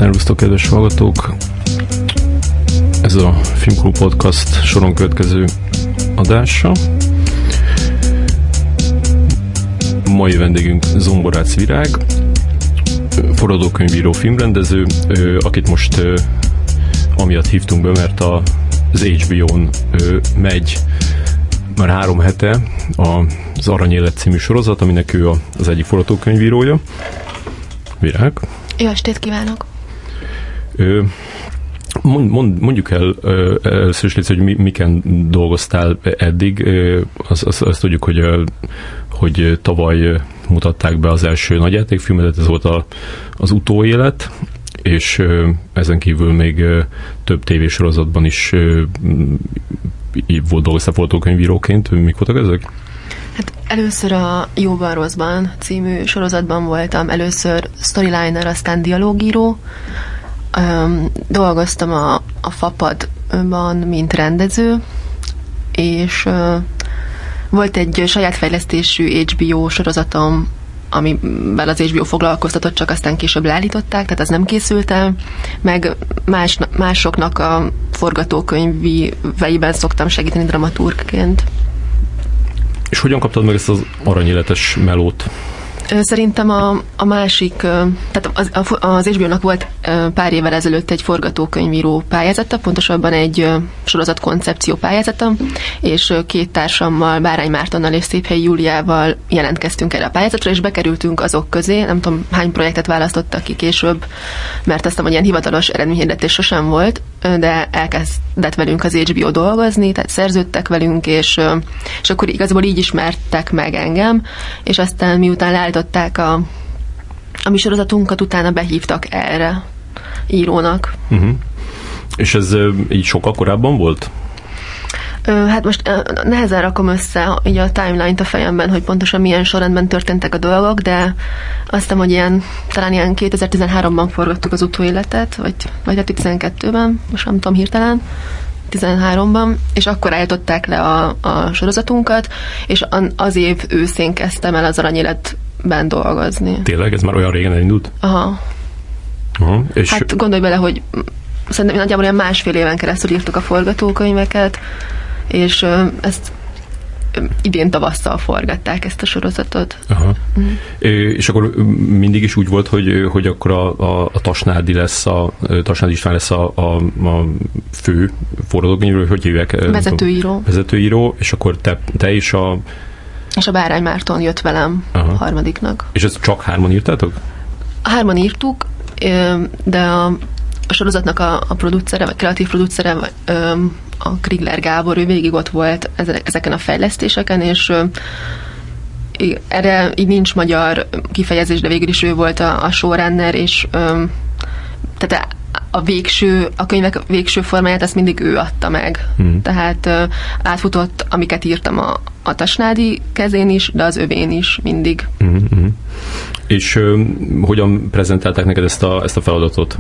Szervusztok, kedves hallgatók! Ez a Filmklub Podcast soron következő adása. Mai vendégünk Zomborác Virág, forradókönyvíró, filmrendező, akit most amiatt hívtunk be, mert az HBO-n megy már 3 hete az Aranyélet című sorozat, aminek ő az egyik forradókönyvírója. Virág. Jó estét kívánok! Mondjuk el először is, hogy miken dolgoztál eddig. Azt tudjuk, hogy tavaly mutatták be az első nagyjátékfilmet, ez volt az Utóélet, és ezen kívül még több tévésorozatban is dolgoztál forradókönyvíróként. Mik voltak ezek? Hát először a Jóban Rosszban című sorozatban voltam, először storyliner, aztán dialógíró. Dolgoztam a Fapadban, mint rendező, és volt egy saját fejlesztésű HBO sorozatom, amivel az HBO foglalkoztatott, csak aztán később leállították, tehát az nem készült el, meg másoknak a forgatókönyveiben szoktam segíteni dramaturgként. És hogyan kaptad meg ezt az aranyéletes melót? Szerintem a másik, tehát az HBO-nak volt pár évvel ezelőtt egy forgatókönyvíró pályázata, pontosabban egy sorozat koncepció pályázata, és 2 társammal, Bárány Mártonnal és Széphelyi Júliával jelentkeztünk erre a pályázatra, és bekerültünk azok közé, nem tudom hány projektet választottak ki később, mert azt hiszem, hogy ilyen hivatalos eredményhirdetés sosem volt, de elkezdett velünk az HBO dolgozni, tehát szerződtek velünk, és akkor igazából így ismertek meg engem, és aztán miután leállították a mi sorozatunkat, utána behívtak erre írónak. Uh-huh. És ez így sokkal korábban volt? Hát most nehezen rakom össze így a timeline-t a fejemben, hogy pontosan milyen sorrendben történtek a dolgok, de azt hiszem, hogy talán ilyen 2013-ban forgattuk az Utóéletet, vagy a 12-ben, most nem tudom hirtelen, 13-ban, és akkor állították le a sorozatunkat, és az év őszén kezdtem el az Aranyéletben dolgozni. Tényleg? Ez már olyan régen elindult? Aha. És hát gondolj bele, hogy szerintem nagyjából olyan 1,5 éven keresztül írtuk a forgatókönyveket, és ezt idén tavasszal forgatták ezt a sorozatot. Aha. És akkor mindig is úgy volt, hogy akkor a Tasnádi István lesz a fő forradókönyvíró, hogy hívják? Vezetőíró, és akkor te is és a Bárány Márton jött velem harmadiknak. És ezt csak 3-an írtátok? 3-an írtuk, de a sorozatnak a producere, vagy kreatív producere, a Krigler Gábor, ő végig ott volt ezeken a fejlesztéseken, és erre így nincs magyar kifejezés, de végül is ő volt a showrunner, és tehát a könyvek végső formáját azt mindig ő adta meg. Tehát átfutott, amiket írtam a Tasnádi kezén is, de az övén is mindig. És hogyan prezentálták neked ezt a feladatot?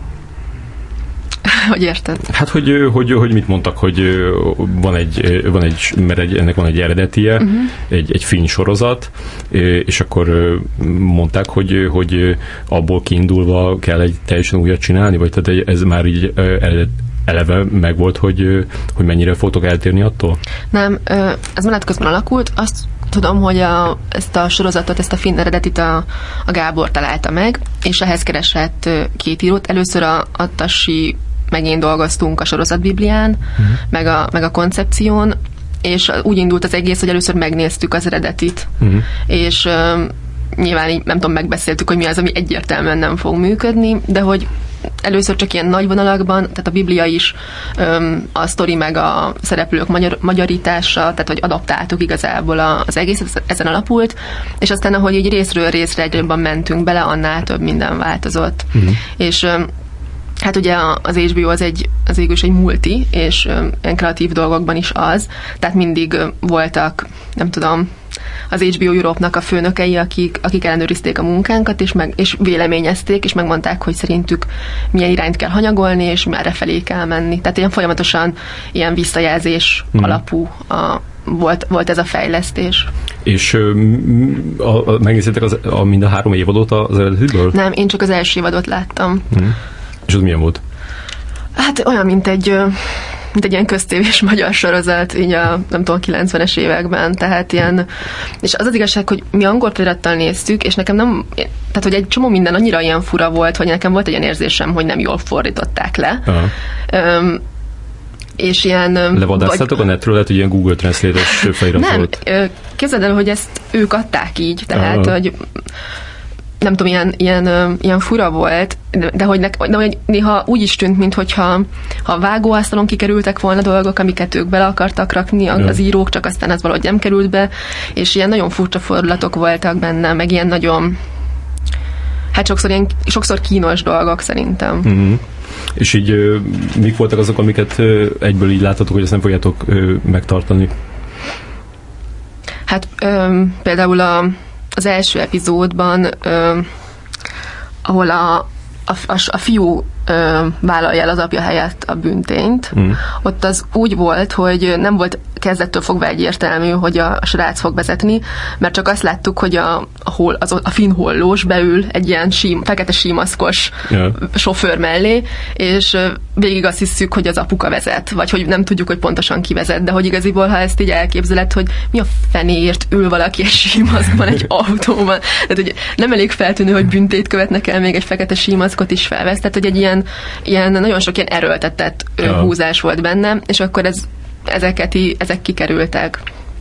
Hogy érted? Hát, hogy mit mondtak, hogy van egy mert ennek van egy eredetie, egy film sorozat, és akkor mondták, hogy abból kiindulva kell egy teljesen újat csinálni, vagy tehát ez már így eleve megvolt, hogy mennyire fogtok eltérni attól? Nem, ez menet közben alakult. Azt tudom, hogy ezt a sorozatot, ezt a finn eredetit a Gábor találta meg, és ehhez keresett 2 írót. Először a Tassi meg én dolgoztunk a sorozatbiblián, meg a koncepción, és úgy indult az egész, hogy először megnéztük az eredetit, és nyilván így, nem tudom, megbeszéltük, hogy mi az, ami egyértelműen nem fog működni, de hogy először csak ilyen nagy vonalakban, tehát a Biblia is, a sztori meg a szereplők magyarítása, tehát hogy adaptáltuk igazából az egész, ezen alapult, és aztán ahogy így részről részre egyre jobban mentünk bele, annál több minden változott. És hát ugye az HBO az végül is egy multi, és ilyen kreatív dolgokban is az, tehát mindig voltak, nem tudom, az HBO Europe-nak a főnökei, akik ellenőrizték a munkánkat, és véleményezték, és megmondták, hogy szerintük milyen irányt kell hanyagolni, és merre felé kell menni. Tehát ilyen folyamatosan ilyen visszajelzés alapú volt ez a fejlesztés. És megnéztétek mind a 3 évadot az eredetiből? Nem, én csak az első évadot láttam. És az milyen volt? Hát olyan, mint egy ilyen köztévés magyar sorozat, így a, nem tudom, 90-es években, tehát ilyen, és az igazság, hogy mi angol felirattal néztük, és nekem nem, tehát hogy egy csomó minden annyira ilyen fura volt, hogy nekem volt egy ilyen érzésem, hogy nem jól fordították le. És ilyen... Levadásztátok a netről, lehet, hogy ilyen Google Translate-es felirat volt? Nem, képzeld el, hogy ezt ők adták így, tehát, hogy nem tudom, ilyen fura volt, de hogy néha úgy is tűnt, mintha a vágóasztalon kikerültek volna dolgok, amiket ők bele akartak rakni az írók, csak aztán az valahogy nem került be, és ilyen nagyon furcsa fordulatok voltak benne, meg ilyen nagyon, hát sokszor kínos dolgok szerintem. Mm-hmm. És így mik voltak azok, amiket egyből így láthatok, hogy ezt nem fogjátok megtartani? Hát például az első epizódban, ahol a fiú vállalja el az apja helyett a bűntényt, ott az úgy volt, hogy nem volt kezdettől fogva egyértelmű, hogy a srác fog vezetni, mert csak azt láttuk, hogy a finn hollós beül egy ilyen fekete símaszkos sofőr mellé, és végig azt hiszük, hogy az apuka vezet, vagy hogy nem tudjuk, hogy pontosan ki vezet, de hogy igaziból, ha ezt így elképzeled, hogy mi a fenéért ül valaki egy símaszkban egy autóban, tehát hogy nem elég feltűnő, hogy büntét követnek el, még egy fekete símaszkot is felvesz, tehát hogy egy ilyen nagyon sok ilyen erőltetett húzás volt benne, és akkor ezek kikerültek.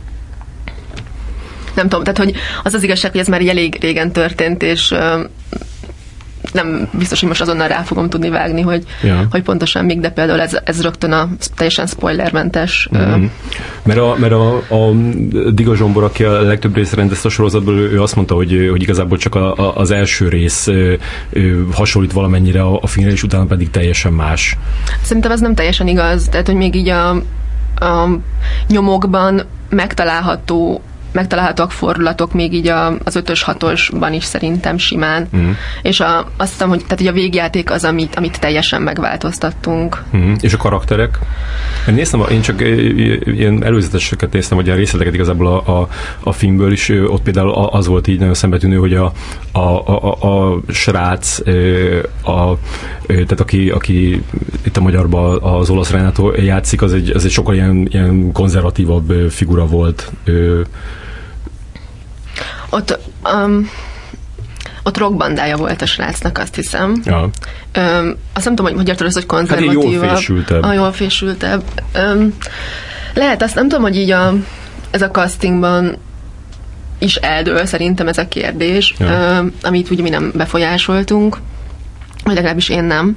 Nem tudom, tehát hogy az igazság, hogy ez már elég régen történt, és nem biztos, hogy most azonnal rá fogom tudni vágni, hogy pontosan mik, de például ez rögtön a teljesen spoilermentes. Mert a Diga Zsombor, aki a legtöbb részt rendezte a sorozatból, ő azt mondta, hogy igazából csak az első rész hasonlít valamennyire a filmre, és utána pedig teljesen más. Szerintem ez nem teljesen igaz, tehát hogy még így a nyomokban megtalálhatóak fordulatok még így az 5-ös, 6-osban is szerintem simán. És azt hiszem, hogy a végjáték az, amit teljesen megváltoztattunk. És a karakterek? Én csak ilyen előzeteseket néztem, vagy a részleteket igazából a filmből is. Ott például az volt így nagyon szembetűnő, hogy a srác, tehát aki itt a magyarban az Olasz Renátó játszik, az egy sokkal ilyen konzervatívabb figura volt. Ott rockbandája volt a srácnak, azt hiszem. Ja. Azt nem tudom, hogy érted az, hogy konzervatívabb. Hát jól fésültebb. Lehet, azt nem tudom, hogy így ez a castingban is eldől szerintem ez a kérdés, amit ugye mi nem befolyásoltunk, vagy legalábbis én nem.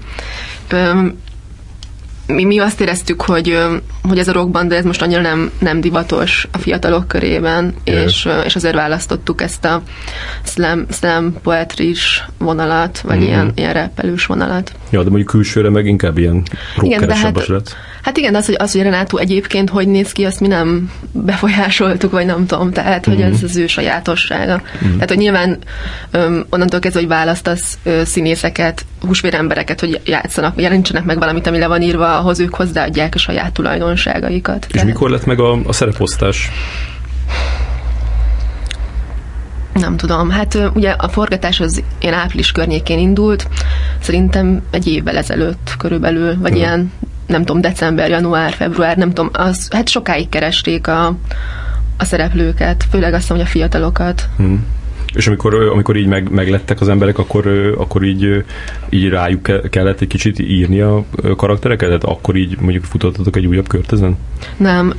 Mi azt éreztük, hogy ez a rockbanda, ez most annyira nem divatos a fiatalok körében, és azért választottuk ezt a slam poetry-s vonalat, vagy ilyen rappelős vonalat. Ja, de mondjuk külsőre meg inkább ilyen rockeresebbes lett. Hát igen, de az, hogy Renátó egyébként hogy néz ki, azt mi nem befolyásoltuk, vagy nem tudom, tehát, hogy ez az ő sajátossága. Tehát, hogy nyilván onnantól kezdve, hogy választasz színészeket, húsvérembereket, hogy játszanak, vagy jelentsenek meg valamit, ami le van írva, ahhoz ők hozzáadják a saját tulajdonságaikat. És tehát... mikor lett meg a szereposztás? Nem tudom. Hát ugye a forgatás az ilyen április környékén indult, szerintem egy évvel ezelőtt körülbelül, vagy ilyen nem tudom, december, január, február, nem tudom, hát sokáig keresték a szereplőket, főleg azt mondom, hogy a fiatalokat. És amikor így meglettek az emberek, akkor így rájuk kellett egy kicsit írni a karaktereket? Tehát akkor így mondjuk futottatok egy újabb kört ezen? Nem.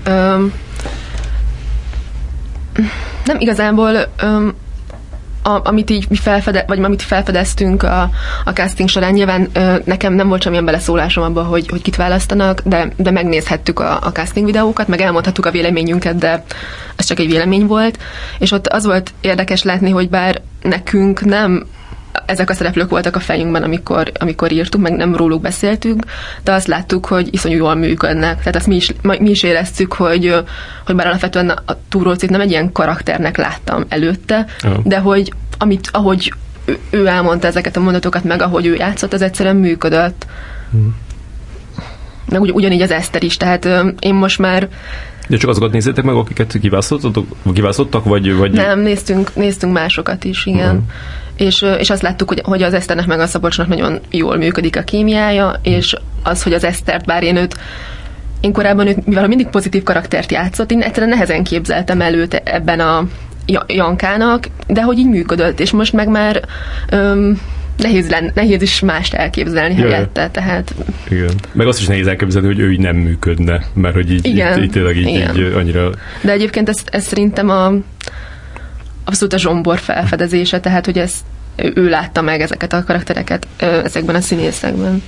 Nem igazából amit így amit felfedeztünk a casting során, nyilván nekem nem volt semmilyen beleszólásom abba, hogy kit választanak, de megnézhettük a casting videókat, meg elmondhattuk a véleményünket, de ez csak egy vélemény volt, és ott az volt érdekes látni, hogy bár nekünk nem ezek a szereplők voltak a fejünkben, amikor írtuk, meg nem róluk beszéltünk, de azt láttuk, hogy iszonyú jól működnek. Tehát azt mi is éreztük, hogy bár alapvetően a Túrócit nem egy ilyen karakternek láttam előtte, de hogy ahogy ő elmondta ezeket a mondatokat, meg ahogy ő játszott, az egyszerűen működött. Meg ugyanígy az Eszter is, tehát én most már De csak azokat nézzétek meg, akiket kiválasztottak, vagy... Nem, néztünk másokat is, igen. És azt láttuk, hogy az Eszternek meg a Szabolcsnak nagyon jól működik a kémiája, és az, hogy az Esztert, bár én korábban mivel mindig pozitív karaktert játszott, én egyszerűen nehezen képzeltem előtt ebben a Jankának, de hogy így működött, és most meg már nehéz is mást elképzelni helyette, tehát... Igen. Meg azt is nehéz elképzelni, hogy ő így nem működne, mert hogy így tényleg így annyira... De egyébként ez szerintem abszolút a Zsombor felfedezése, tehát hogy ő látta meg ezeket a karaktereket ezekben a színészekben.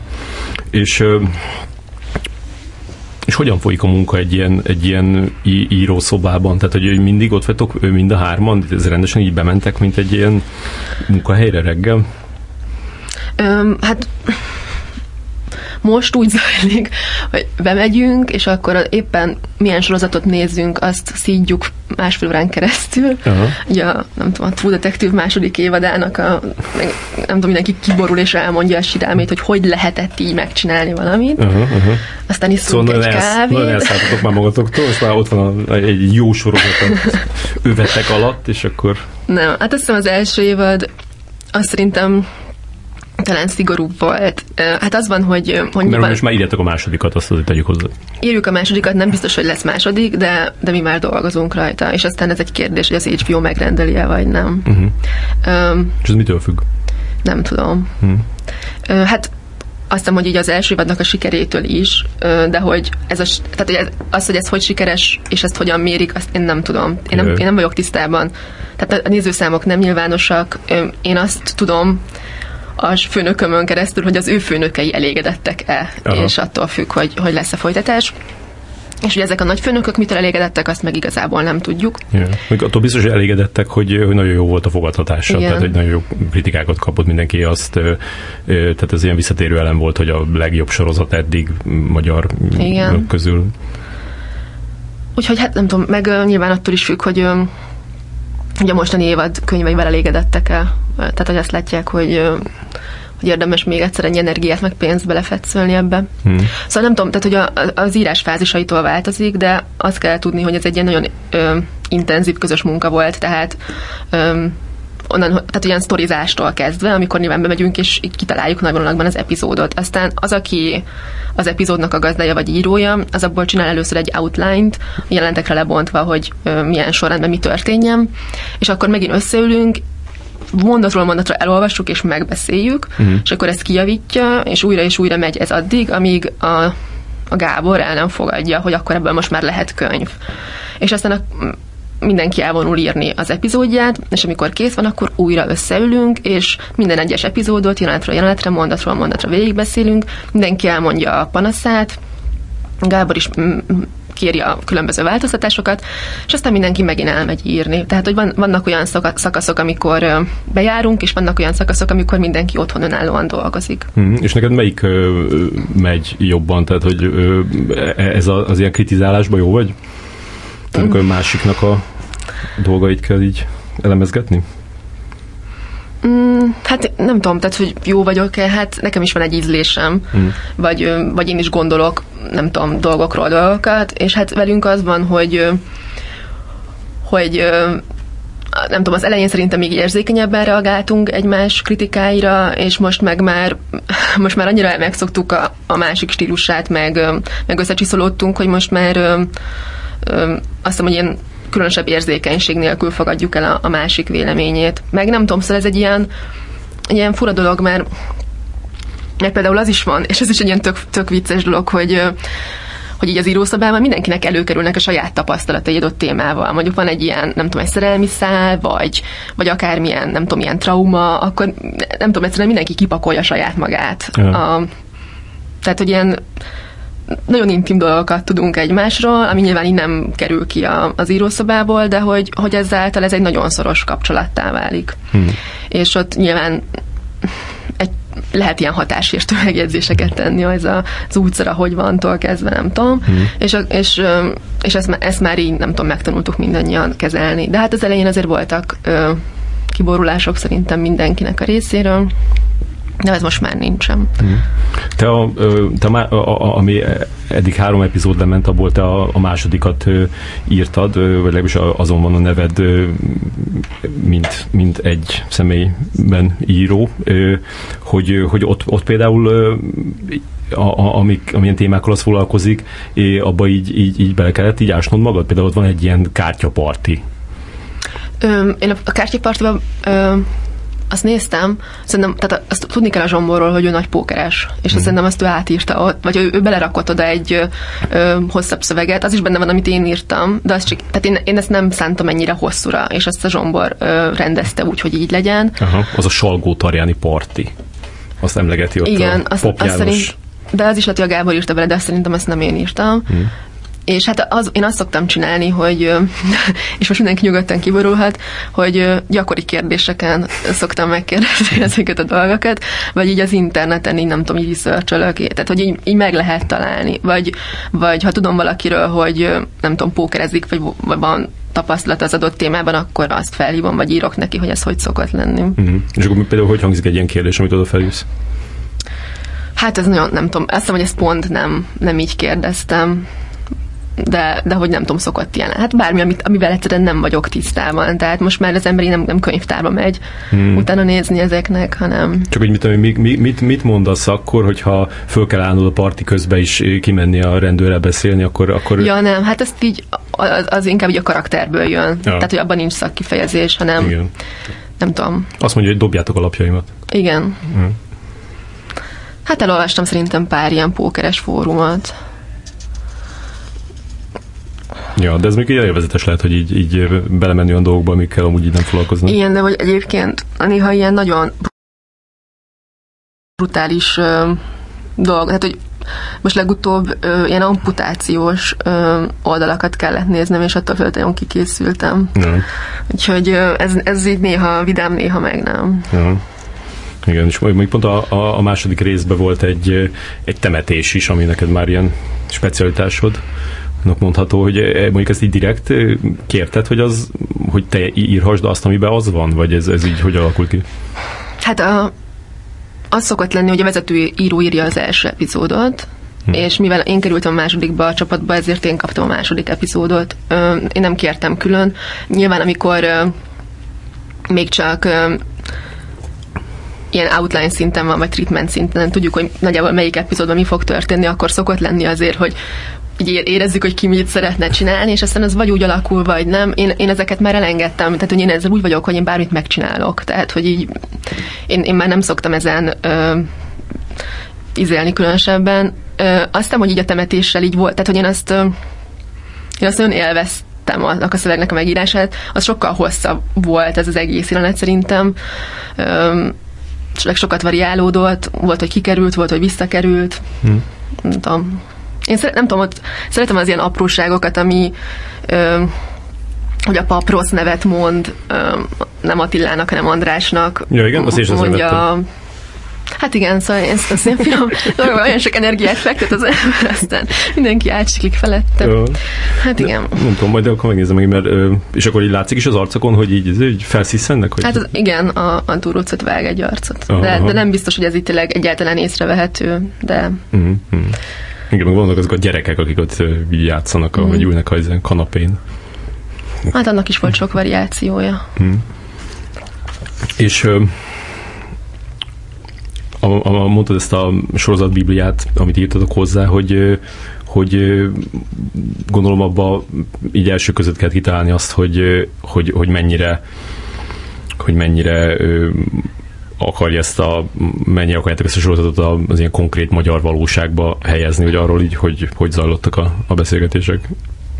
És hogyan folyik a munka egy ilyen írószobában? Tehát, hogy mindig ott vagytok mind a hárman? Ez rendesen így bementek, mint egy ilyen munkahelyre reggel? Hát most úgy zajlik, hogy bemegyünk, és akkor éppen milyen sorozatot nézzünk, azt szídjuk másfél órán keresztül. Ugye nem tudom, a True Detective második évadának nem tudom, mindenki kiborul és elmondja a sirálmét, hogy lehetett így megcsinálni valamit. Aztán iszunk egy kávét. Nagyon elszálltatok már magatoktól, és már ott van egy jó sorozat övetek alatt, és akkor... Nem, hát azt hiszem az első évad, azt szerintem talán szigorúbb volt. Hát az van, hogy mert most már írjátok a másodikat, azt azért tegyük hozzá. Írjuk a másodikat, nem biztos, hogy lesz második, de mi már dolgozunk rajta, és aztán ez egy kérdés, hogy az HBO megrendeli-e, vagy nem. És ez mitől függ? Nem tudom. Hát azt hiszem, hogy így az első évadnak a sikerétől is, de hogy hogy ez hogy sikeres, és ezt hogyan mérik, azt én nem tudom. Én nem vagyok tisztában. Tehát a nézőszámok nem nyilvánosak. Én azt tudom a főnökömön keresztül, hogy az ő főnökei elégedettek-e, és attól függ, hogy lesz-e folytatás. És hogy ezek a nagy főnökök mitől elégedettek, azt meg igazából nem tudjuk. Még attól biztos, hogy elégedettek, hogy nagyon jó volt a fogadhatása, tehát hogy nagyon jó kritikákat kapott mindenki, tehát ez ilyen visszatérő elem volt, hogy a legjobb sorozat eddig magyar közül. Úgyhogy hát nem tudom, meg nyilván attól is függ, hogy a mostani évad könyveivel elégedettek-e. Tehát, hogy azt látják, hogy érdemes még egyszer ennyi energiát, meg pénzt belefetszölni ebbe. Szóval nem tudom, tehát, hogy az írás fázisaitól változik, de azt kell tudni, hogy ez egy ilyen nagyon intenzív közös munka volt, tehát tehát olyan sztorizástól kezdve, amikor nyilván bemegyünk, és így kitaláljuk nagy vonalakban az epizódot. Aztán az, aki az epizódnak a gazdája vagy írója, az abból csinál először egy outline-t, jelentekre lebontva, hogy milyen sorrendben mi történjen, és akkor megint összeülünk, mondatról mondatra elolvassuk és megbeszéljük, és akkor ezt kijavítja, és újra megy ez addig, amíg a Gábor el nem fogadja, hogy akkor ebből most már lehet könyv. És aztán mindenki elvonul írni az epizódját, és amikor kész van, akkor újra összeülünk, és minden egyes epizódot jelenetről, mondatról mondatra végigbeszélünk, mindenki elmondja a panaszát, Gábor is kéri a különböző változtatásokat, és aztán mindenki megint elmegy írni. Tehát, hogy vannak olyan szakaszok, amikor bejárunk, és vannak olyan szakaszok, amikor mindenki otthon önállóan dolgozik. És neked melyik megy jobban? Tehát, hogy ez az ilyen kritizálásban jó vagy? Tehát akkor másiknak a dolgait kell így elemezgetni? Hát nem tudom, tehát, hogy jó vagyok-e, hát nekem is van egy ízlésem, vagy én is gondolok, nem tudom, dolgokat, és hát velünk az van, hogy nem tudom, az elején szerintem még érzékenyebben reagáltunk egymás kritikáira, és most már annyira megszoktuk a másik stílusát, meg összecsiszolódtunk, hogy most már azt hiszem, hogy ilyen különösebb érzékenység nélkül fogadjuk el a másik véleményét. Meg nem tudom, szóval ez egy ilyen fura dolog, mert például az is van, és ez is egy ilyen tök vicces dolog, hogy így az írószobában mindenkinek előkerülnek a saját tapasztalatai egy adott témával. Mondjuk van egy ilyen, nem tudom, egy szerelmi szál, vagy akármilyen, nem tudom, ilyen trauma, akkor nem tudom, egyszerűen mindenki kipakolja saját magát. Tehát, hogy ilyen nagyon intim dolgokat tudunk egymásról, ami nyilván így nem kerül ki az írószobából, de hogy ezáltal ez egy nagyon szoros kapcsolattá válik. És ott nyilván lehet ilyen hatásértő megjegyzéseket tenni, az útszara, hogy vantól kezdve, nem tudom. És ezt már így, nem tudom, megtanultuk mindannyian kezelni. De hát az elején azért voltak kiborulások szerintem mindenkinek a részéről, de ez most már nincsen. Te ami eddig 3 epizód lement, abból te a másodikat írtad, vagy legalábbis azon van a neved, mint egy személyben író, hogy ott például amilyen témákkal az foglalkozik, abba így bele kellett így ásnod magad? Például ott van egy ilyen kártyaparti. Én a kártyapartiban azt néztem, szerintem, tehát azt tudni kell a Zsomborról, hogy ő nagy pókeres, és szerintem azt ő átírta ott, vagy ő belerakott oda egy hosszabb szöveget, az is benne van, amit én írtam, de az csak, tehát én ezt nem szántam ennyire hosszúra, és azt a Zsombor rendezte úgy, hogy így legyen. Aha, az a Salgótarjáni parti. Azt emlegeti ott. Igen, azt szerint, de az is lehet, hogy a Gábor írta vele, de azt szerintem ezt nem én írtam. És hát én azt szoktam csinálni, hogy, és most mindenki nyugodtan kiborulhat, hogy gyakori kérdéseken szoktam megkérdezni ezeket a dolgokat, vagy így az interneten így nem tudom, így research-ölök, tehát hogy így meg lehet találni, vagy ha tudom valakiről, hogy nem tudom, pókerezik, vagy van tapasztalat az adott témában, akkor azt felhívom, vagy írok neki, hogy ez hogy szokott lenni. És akkor például hogy hangzik egy ilyen kérdés, amit oda felhívsz? Hát ez nagyon, nem tudom, azt hiszem, hogy ezt pont nem így kérdeztem, de hogy nem tudom, szokott ilyen. Hát bármi, amivel egyszerűen nem vagyok tisztában. Tehát most már az ember nem könyvtárba megy utána nézni ezeknek, hanem... Csak hogy mit mondasz akkor, hogyha föl kell állnod a parti közbe is kimenni a rendőrrel beszélni, akkor... Ja, nem, hát ezt így, az inkább így a karakterből jön. Ja. Tehát, hogy abban nincs szakkifejezés, hanem... Igen. Nem tudom. Azt mondja, hogy dobjátok a lapjaimat. Igen. Hát elolvastam szerintem pár ilyen pókeres fórumot. Ja, de ez még élvezetes lehet, hogy így belemenni olyan dolgokba, amikkel amúgy így nem foglalkoznak. Igen, de hogy egyébként néha ilyen nagyon brutális dolog, tehát hogy most legutóbb ilyen amputációs oldalakat kellett néznem, és attól féltelen kikészültem. Úgyhogy ez így néha vidám, néha meg nem. Ja. Igen, és még pont a második részben volt egy temetés is, ami neked már ilyen specialitásod. Mondható, hogy mondjuk ezt így direkt kérted, hogy te írhassd azt, amiben az van? Vagy ez így hogy alakul ki? Hát az szokott lenni, hogy a vezető író írja az első epizódot, és mivel én kerültem a másodikba a csapatba, ezért én kaptam a második epizódot. Én nem kértem külön. Nyilván, amikor még csak ilyen outline szinten van, vagy treatment szinten, tudjuk, hogy nagyjából melyik epizódban mi fog történni, akkor szokott lenni azért, hogy így érezzük, hogy ki mit szeretne csinálni, és aztán ez vagy úgy alakul, vagy nem. Én ezeket már elengedtem, tehát hogy én ezzel úgy vagyok, hogy én bármit megcsinálok. Tehát, hogy így én már nem szoktam ezen izélni különösebben. Aztán, hogy így a temetéssel így volt, tehát, hogy én azt nagyon élveztem annak a szövegnek a megírását, az sokkal hosszabb volt ez az egész jelenet szerintem. Sokat variálódott, volt, hogy kikerült, volt, hogy visszakerült. Nem tudom. Én szeretem az ilyen apróságokat, ami hogy a pap rossz nevet mond, nem Attilának, hanem Andrásnak. Ja, igen, azt is mondja. Hát igen, szóval ezt ilyen finom, olyan sok energiát fektet az ember, aztán mindenki átsiklik felette. Hát igen. Nem tudom, majd akkor megnézem meg, mert és akkor így látszik is az arcokon, hogy így felsziszennek? Hogy... Hát igen, a túrócot vág egy arcot. De nem biztos, hogy ez itt tényleg egyáltalán észrevehető, de... Igen, meg vannak azok a gyerekek, akik ott így játszanak, vagy ülnek a kanapén. Hát annak is volt sok variációja. És mondtad ezt a sorozat bibliát, amit írtatok hozzá, hogy gondolom abba így első között kell kitalálni azt, hogy mennyire akarja mennyire akarjátok ezt a sorozatot az ilyen konkrét magyar valóságba helyezni, hogy arról így, hogy zajlottak a beszélgetések?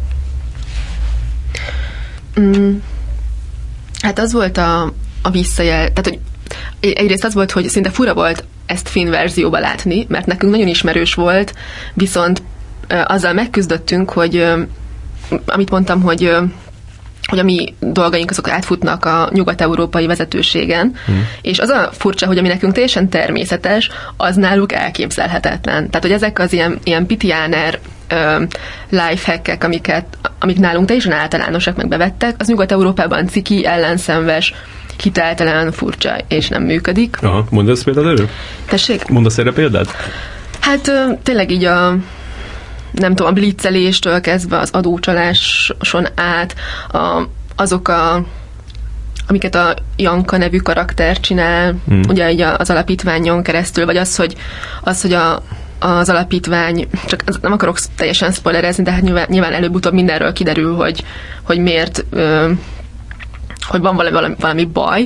Hát az volt a visszajel, tehát hogy egyrészt az volt, hogy szinte fura volt ezt finn verzióba látni, mert nekünk nagyon ismerős volt, viszont azzal megküzdöttünk, hogy amit mondtam, hogy a mi dolgaink azok átfutnak a nyugat-európai vezetőségen, és az a furcsa, hogy ami nekünk teljesen természetes, az náluk elképzelhetetlen. Tehát, hogy ezek az ilyen pitiáner lifehackek, amik nálunk teljesen általánosak, meg bevettek, az Nyugat-Európában ciki, ellenszenves, hiteltelen, furcsa, és nem működik. Aha, mondasz példát erről? Tessék? Mondasz erre példát? Hát tényleg így nem tudom, a blitzeléstől kezdve az adócsaláson át, azok amiket a Janka nevű karakter csinál, ugye így az alapítványon keresztül, vagy az, hogy az alapítvány, csak nem akarok teljesen spoilerezni, de hát nyilván előbb-utóbb mindenről kiderül, hogy miért, hogy van valami baj,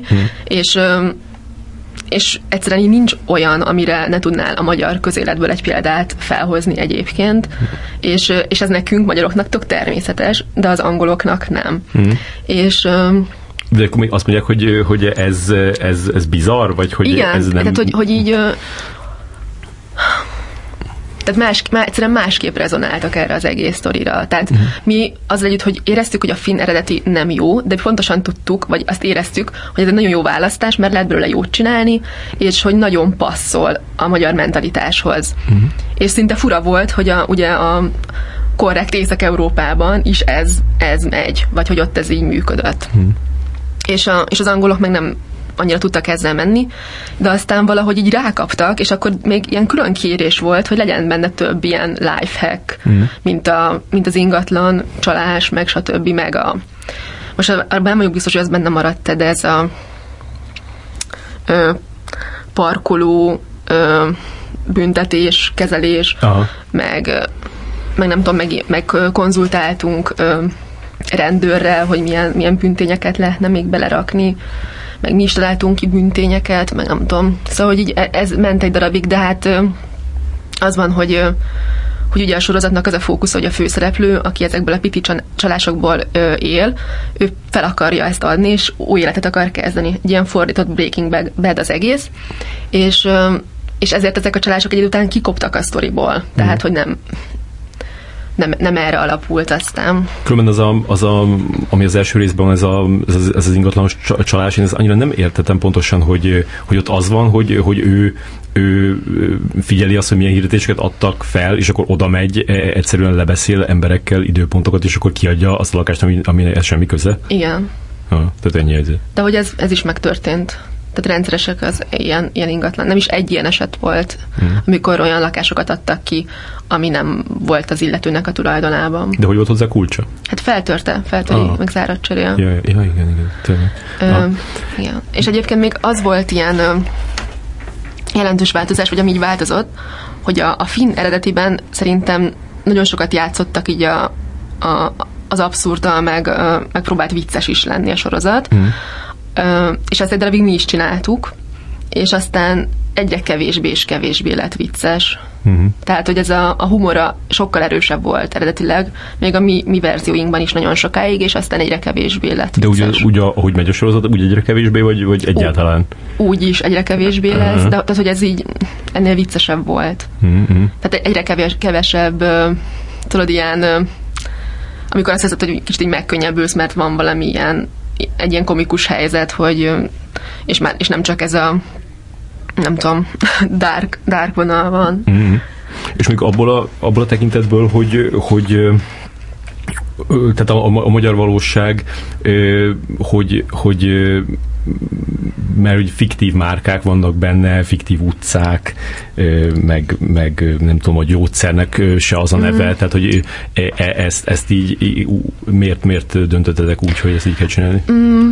és egyszerűen nincs olyan, amire ne tudnál a magyar közéletből egy példát felhozni egyébként, és ez nekünk, magyaroknak tök természetes, de az angoloknak nem. És de akkor még azt mondják, hogy ez bizarr, vagy hogy igen, ez nem... tehát hogy így tehát egyszerűen másképp rezonáltak erre az egész sztorira. Tehát mi azzal együtt, hogy éreztük, hogy a finn eredeti nem jó, de pontosan tudtuk, vagy azt éreztük, hogy ez egy nagyon jó választás, mert lehet belőle jót csinálni, és hogy nagyon passzol a magyar mentalitáshoz. És szinte fura volt, hogy ugye a korrekt Észak-Európában is ez megy, vagy hogy ott ez így működött. És az angolok meg nem annyira tudtak ezzel menni, de aztán valahogy így rákaptak, és akkor még ilyen külön kérés volt, hogy legyen benne több ilyen lifehack, mint az ingatlan, csalás, meg stb. Meg most arra nem vagyok biztos, hogy az benne maradt, de ez a parkoló büntetés, kezelés, meg nem tudom, meg konzultáltunk rendőrrel, hogy milyen büntényeket lehetne még belerakni, meg mi is találtunk ki büntényeket, meg nem tudom. Szóval, hogy így ez ment egy darabig, de hát az van, hogy ugye a sorozatnak az a fókusz, hogy a főszereplő, aki ezekből a piti csalásokból él, ő fel akarja ezt adni, és új életet akar kezdeni. Egy ilyen fordított Breaking Bad az egész, és ezért ezek a csalások egy idő után kikoptak a sztoriból. Tehát, hogy nem erre alapult aztán. Különben ami az első részben ez az ingatlanos csalás, én ezt annyira nem értettem pontosan, hogy ott az van, hogy ő figyeli azt, hogy milyen hirdetéseket adtak fel, és akkor oda megy, egyszerűen lebeszél emberekkel időpontokat, és akkor kiadja azt a lakást, ami ez semmi köze. Igen. Tehát ennyi ez. De hogy ez is megtörtént. Tehát rendszeresek az ilyen ingatlan. Nem is egy ilyen eset volt, amikor olyan lakásokat adtak ki, ami nem volt az illetőnek a tulajdonában. De hogy volt hozzá kulcsa? Hát feltöri, meg zárat cserél. Ja, igen. Igen. És egyébként még az volt ilyen jelentős változás, vagy ami így változott, hogy a finn eredetiben szerintem nagyon sokat játszottak így az abszurddal, meg próbált vicces is lenni a sorozat. És azt egy darabig mi is csináltuk, és aztán egyre kevésbé és kevésbé lett vicces. Tehát, hogy ez a humora sokkal erősebb volt eredetileg, még a mi verzióinkban is nagyon sokáig, és aztán egyre kevésbé lett vicces. De ugye ahogy megy a sorozat, úgy egyre kevésbé, vagy egyáltalán? Úgy is egyre kevésbé lesz, de tehát, hogy ez így ennél viccesebb volt. Tehát egyre kevesebb, tudod, ilyen, amikor azt hiszed, hogy kicsit így megkönnyebbülsz, mert van valami ilyen egy ilyen komikus helyzet, hogy és nem csak ez a nem tudom, dark vonal van. És még abból a tekintetből, hogy tehát a magyar valóság, hogy mert hogy fiktív márkák vannak benne, fiktív utcák, meg nem tudom, hogy gyógyszernek se az a neve, tehát hogy ezt így miért döntöttetek úgy, hogy ezt így kell csinálni?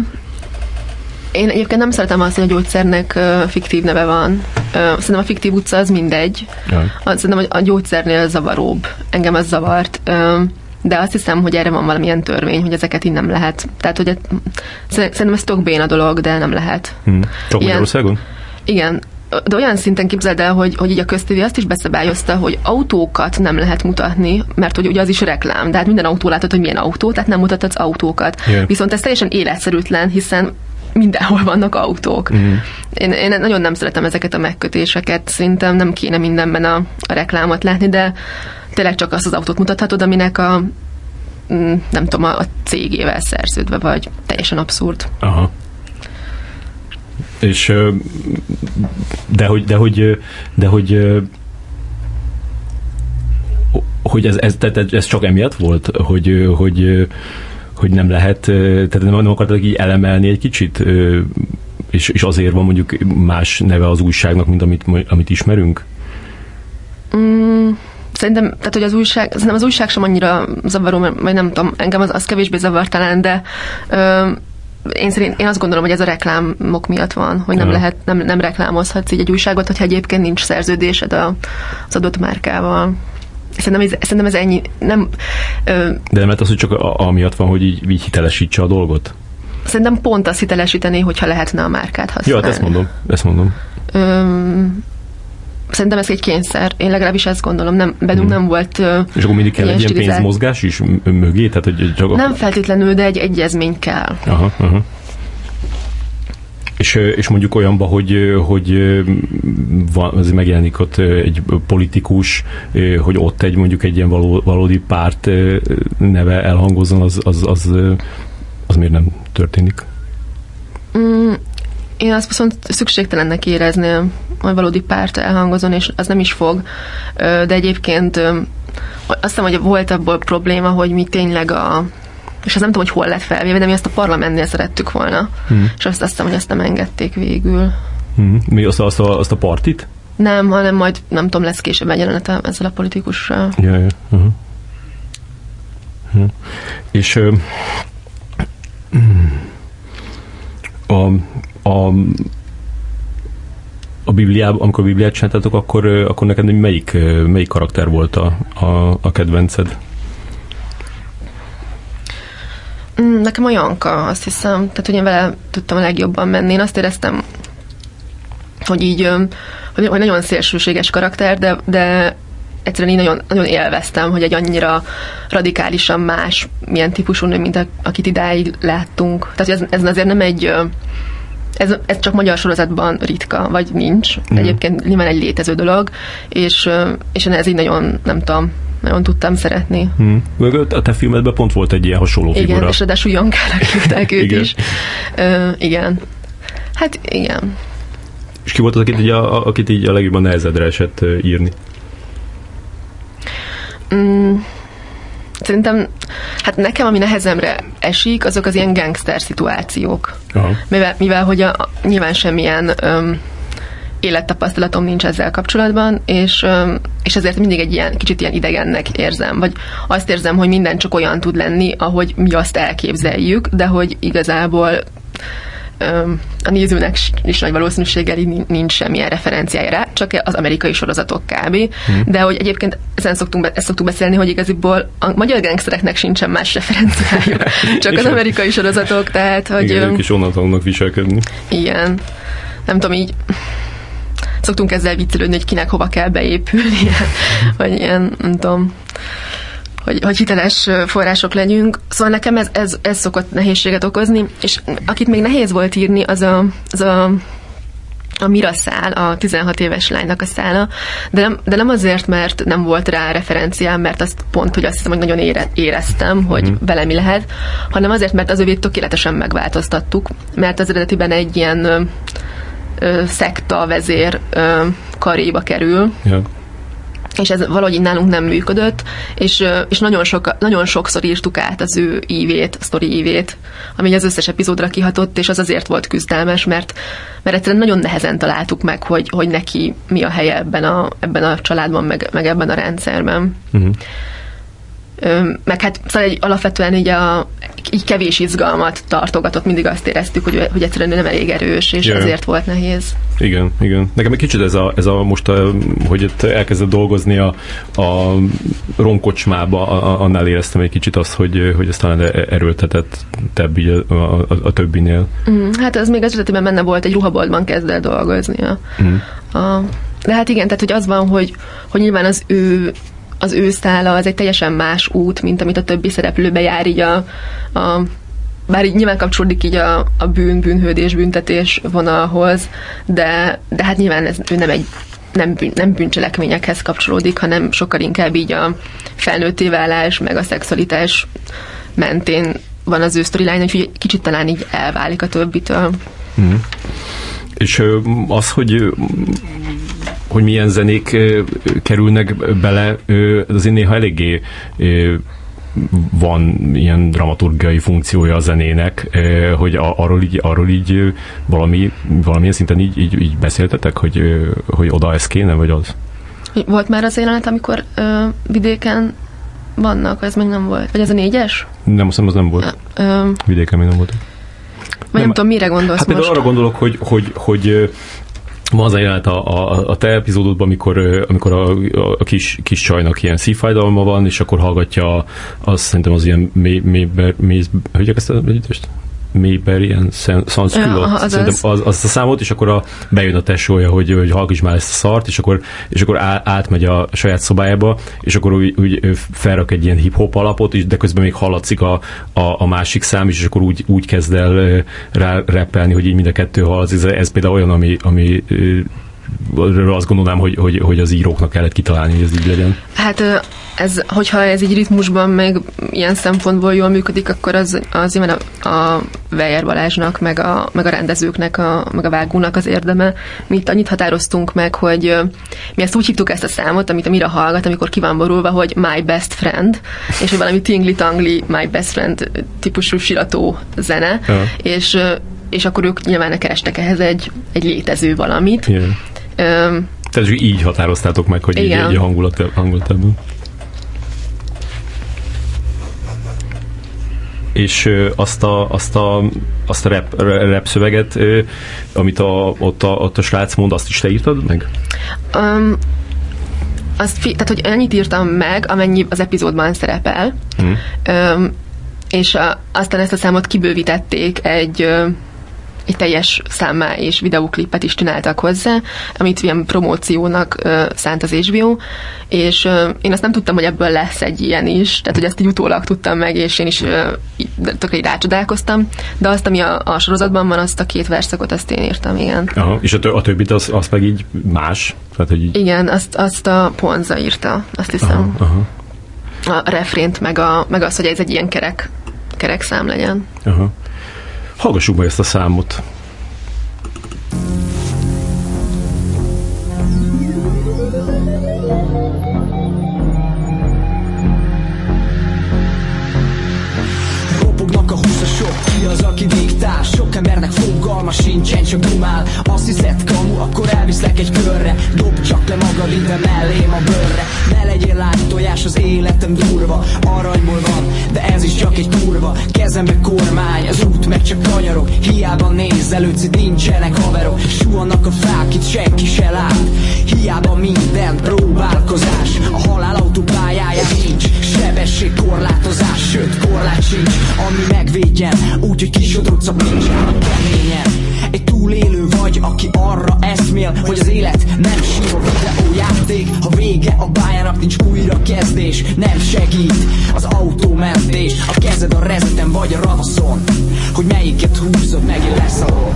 Én egyébként nem szeretem azt, hogy a gyógyszernek fiktív neve van. Szerintem a fiktív utca az mindegy. Szerintem, hogy a gyógyszernél zavaróbb. Engem az zavart. De azt hiszem, hogy erre van valamilyen törvény, hogy ezeket így nem lehet. Tehát, hogy szerintem ez tök béna dolog, de nem lehet. Csak Magyarországon? Igen. De olyan szinten képzeld el, hogy így a köztévé azt is beszabályozta, hogy autókat nem lehet mutatni, mert hogy ugye az is reklám. De hát minden autó látod, hogy milyen autó, tehát nem mutathatsz autókat. Yeah. Viszont ez teljesen életszerűtlen, hiszen mindenhol vannak autók. Én nagyon nem szeretem ezeket a megkötéseket, szerintem nem kéne mindenben a reklámot látni, de tényleg csak azt az autót mutathatod, aminek nem tudom, a cégével szerződve vagy. Teljesen abszurd. Aha. És de hogy ez csak emiatt volt, hogy nem lehet, tehát nem akartak így elemelni egy kicsit, és azért van mondjuk más neve az újságnak, mint amit ismerünk? Szerintem, tehát, hogy szerintem az újság sem annyira zavaró, vagy nem tudom, engem az kevésbé zavar talán, de én azt gondolom, hogy ez a reklámok miatt van, hogy nem reklámozhatsz így egy újságot, hogyha egyébként nincs szerződésed az adott márkával. Szerintem ez ennyi. De nem lehet az, hogy csak amiatt van, hogy így hitelesítse a dolgot? Szerintem pont azt hitelesíteni, hogyha lehetne a márkát használni. Ja, ezt mondom. Szerintem ez egy kényszer. Én legalábbis ezt gondolom. Bennünk nem volt és akkor mindig kell egy ilyen pénzmozgás is mögé? Tehát, hogy csak nem feltétlenül, de egy egyezmény kell. Aha. És mondjuk olyanban, hogy van, megjelenik ott egy politikus, hogy ott mondjuk egy ilyen valódi párt neve elhangozzon, az miért nem történik? Én azt viszont szükségtelennek érezném, hogy valódi párt elhangozon, és az nem is fog. De egyébként azt hiszem, hogy volt abból probléma, hogy mi tényleg és azt nem tudom, hogy hol lett felvéve, de mi azt a parlamentnél szerettük volna. És azt hiszem, hogy ezt nem engedték végül. Mi azt a partit? Nem, hanem majd, nem tudom, lesz később egy jelenet ezzel a politikussal. Ja. És a Bibliában, amikor a Bibliát csináltatok, akkor neked melyik karakter volt a kedvenced? Nekem a Janka, azt hiszem. Tehát, hogy én vele tudtam a legjobban menni. Én azt éreztem, hogy így, hogy nagyon szélsőséges karakter, de egyszerűen így nagyon, nagyon élveztem, hogy egy annyira radikálisan más milyen típusú nő, mint akit idáig láttunk. Tehát ez azért nem egy... Ez csak magyar sorozatban ritka, vagy nincs. Egyébként nyilván egy létező dolog, és ez így nagyon, nem tudom, nagyon tudtam szeretni. A te filmedben pont volt egy ilyen hasonló figura. Igen, és ráadásul Jankának hívták őt is. Igen. Hát igen. És ki volt az, akit így a legjobban nehezedre esett írni? Szerintem, hát nekem, ami nehezemre esik, azok az ilyen gangster szituációk. Mivel hogy nyilván semmilyen élettapasztalatom nincs ezzel kapcsolatban, és ezért mindig egy ilyen kicsit ilyen idegennek érzem. Vagy azt érzem, hogy minden csak olyan tud lenni, ahogy mi azt elképzeljük, de hogy igazából a nézőnek is nagy valószínűséggel nincs semmilyen referenciája rá, csak az amerikai sorozatok kb. De hogy egyébként ezt szoktuk beszélni, hogy igaziból a magyar gangstereknek sincsen más referenciájuk, csak az amerikai sorozatok, tehát hogy... Igen, ők is onnan tanulnak viselkedni. Igen. Nem tudom, így szoktunk ezzel viccelődni, hogy kinek hova kell beépülni, vagy ilyen, nem tudom, hogy hiteles források legyünk. Szóval nekem ez szokott nehézséget okozni, és akit még nehéz volt írni, az a Mira szál, a 16 éves lánynak a szála, de nem azért, mert nem volt rá referenciám, mert azt pont, hogy azt hiszem, hogy nagyon éreztem, hogy vele mi lehet, hanem azért, mert az övét tökéletesen megváltoztattuk, mert az eredetiben egy ilyen szekta vezér karéba kerül, és ez valahogy így nálunk nem működött, és nagyon sokszor írtuk át az ő ívét, a sztori ívét, ami az összes epizódra kihatott, és az azért volt küzdelmes, mert egyszerűen nagyon nehezen találtuk meg, hogy neki mi a helye ebben a családban, meg ebben a rendszerben. Meg hát szóval alapvetően így kevés izgalmat tartogatott, mindig azt éreztük, hogy egyszerűen nem elég erős, és ezért volt nehéz. Igen. Nekem egy kicsit ez a most, hogy itt elkezdett dolgozni a romkocsmába, annál éreztem egy kicsit azt, hogy ez talán erőltetettebb így a többinél. Hát az még az esetében benne volt, egy ruhaboltban kezdett dolgozni. De hát igen, tehát hogy az van, hogy nyilván az ő szála az egy teljesen más út, mint amit a többi szereplő bejár így bár így nyilván kapcsolódik így a bűnhődés, büntetés vonalhoz, de hát nyilván ő nem bűncselekményekhez kapcsolódik, hanem sokkal inkább így a felnőtté válás, meg a szexualitás mentén van az ő sztorilány, úgyhogy kicsit talán így elválik a többitől. És az, hogy milyen zenék kerülnek bele, azért néha eléggé van ilyen dramaturgiai funkciója a zenének, hogy arról így valamilyen szinten így beszéltetek, hogy oda ez kéne, vagy az? Volt már az jelenet, amikor vidéken vannak, ez még nem volt? Vagy ez a 4-es? Nem, azt hiszem, az nem volt. Vidéken még nem volt. Vagy nem tudom, mire gondolsz hát most? Hát arra gondolok, hogy van az a jelenet a te epizódodban, amikor a kis csajnak ilyen szívfájdalma van, és akkor hallgatja azt szerintem az ilyen hogy ezt a együttest? Mayberry Sanskrit, szerintem azt a számot, és akkor bejön a tesója, hogy hallgass már ezt a szart, és akkor átmegy a saját szobájába, és akkor úgy felrak egy ilyen hip-hop alapot, de közben még hallatszik a másik szám is, és akkor úgy kezd el rá rappelni, hogy így mind a kettő hallatszik. Ez például olyan, ami azt gondolnám, hogy az íróknak kellett kitalálni, hogy ez így legyen. Hát hogyha ez így ritmusban meg ilyen szempontból jól működik, akkor az a Weyer Balázsnak, meg a rendezőknek, meg a vágónak az érdeme. Mi itt annyit határoztunk meg, hogy mi ezt úgy hívtuk ezt a számot, amit amire hallgat, amikor ki van borulva, hogy My Best Friend, és hogy valami tingli-tangli My Best Friend típusú sirató zene, és akkor ők nyilván kerestek ehhez egy létező valamit. Yeah. Tehát így határoztátok meg, hogy így egy hangulatában. És azt a rap szöveget, amit ott a srác mond, azt is te írtad meg? Tehát, hogy annyit írtam meg, amennyi az epizódban szerepel, és aztán ezt a számot kibővítették egy teljes számmá és videóklipet is csináltak hozzá, amit ilyen promóciónak szánt az HBO, és én azt nem tudtam, hogy ebből lesz egy ilyen is, tehát hogy ezt így utólag tudtam meg, és én is tökre így rácsodálkoztam, de azt, ami a sorozatban van, azt a 2 verszakot, azt én írtam, igen. Aha, és a többit az meg így más? Tehát, hogy így... Igen, azt a Ponza írta, azt hiszem. Aha. A refrént, meg az, hogy ez egy ilyen kerek szám legyen. Aha. Hallgassuk meg ezt a számot. Ropognak a 20-asok, ki az, aki diktál? Sok embernek fogalma sincsen, csak dumál. Azt hiszed kamu, akkor elviszlek egy körre. Dob csak le magad ide mellém a bőrre. Ne legyél lágytojás, az életem durva. Aranyból van, de ez is csak egy kurva. Kezembe kormány, az út meg csak kanyarok. Hiába nézelődsz, itt nincsenek haverok. Suhannak a fák, itt senki se lát. Hiába minden próbálkozás. A halál autópályáján nincs sebességkorlátozás, sőt korlát sincs, ami megvédjen, úgy, hogy kisodrodsz a pincsának keményen. Egy túlélő vagy, aki arra eszmél, hogy az élet nem síró videójáték. Ha vége a pályának, nincs újra kezdés, nem segít az autómentés. A kezed a rezeten vagy a ravaszon, hogy melyiket húzod meg, én leszalom.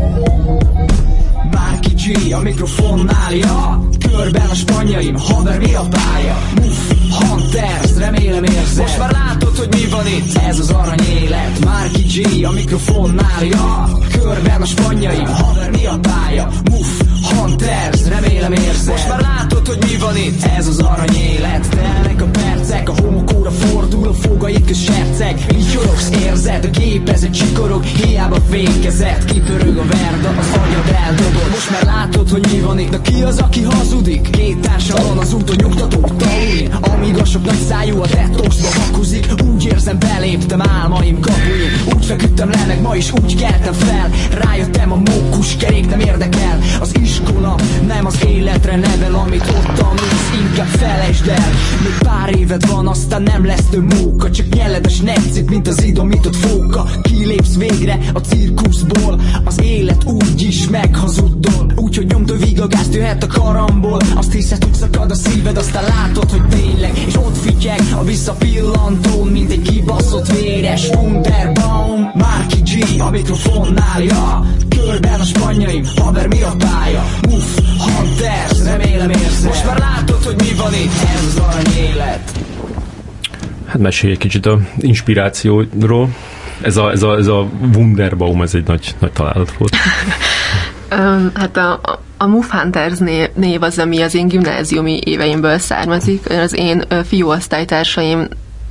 Márki G a mikrofonnál, ja. Körben a spanyaim, haver mi a pálya? Hunters, remélem érzed. Most már látod, hogy mi van itt, ez az arany élet. Márki G a mikrofonnál, ja. Körben a spanyaim, haver mi a pálya? Hunters, remélem érzed. Most már látod, hogy mi van itt, ez az arany élet. Telnek a percek, a homokóra fordul, a fogaik a serceg. Vigyorogsz, érzed, a gépezet csikorog, hiába fékezett. Kipörög a verda, az agyad eldobod. Most már látod, hogy mi van itt, de ki az, aki hazudik? 2 társam van az úton, nyugtató talulni. Amíg a sok nagy szájú a detoxba hakuzik, úgy érzem, beléptem álmaim kapuin. Úgy feküdtem le, meg ma is úgy keltem fel. Rájöttem, a mókus kerék nem érdekel. Az iskola nem az életre nevel, amit ott tanulsz, inkább felejtsd el. Még pár éved van, aztán nem lesz több móka, csak nyeledes necit, mint az idomított fóka. Kilépsz végre a cirkuszból, az élet úgyis meghazudol. Úgyhogy nyomd a vigagázt, jöhet a karambol. Azt hiszed, hogy szakad a szíved, aztán látod, hogy tényleg. És ott fityeg a visszapillantón, mint egy kibaszott véres Wunderbaum. Márki G a mikrofonnál, ja. Körben a spanyaim, haver mi a pálya? Hunters, remélem érzed. Most már látod, hogy mi van itt, ez az arany élet. Hát mesélj egy kicsit a inspirációról. Ez a Wunderbaum, ez egy nagy találat volt. Hát a Move Hunters név az, ami az én gimnáziumi éveimből származik. Az én fiúosztálytársaimnak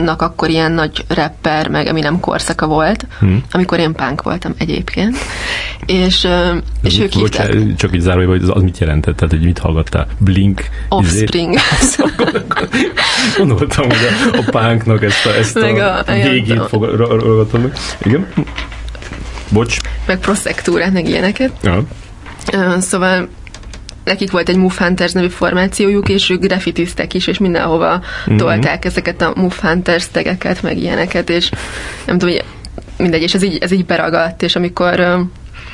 akkor ilyen nagy rapper, meg Eminem korszaka volt, amikor én punk voltam egyébként. És ők hívták. Csak így zárójelben, hogy az mit jelentett? Tehát, hogy mit hallgattál? Blink? Offspring. Gondoltam, hogy a punknak ezt a végét ragadtam meg. Igen? Bocs. Meg Prosectúrát, meg ilyeneket. Ja. Szóval nekik volt egy Move Hunters nevű formációjuk, és ők graffitiztek is, és mindenhova tolták ezeket a Move Hunters tegeket, meg ilyeneket, és nem tudom, mindegy, és ez így beragadt, és amikor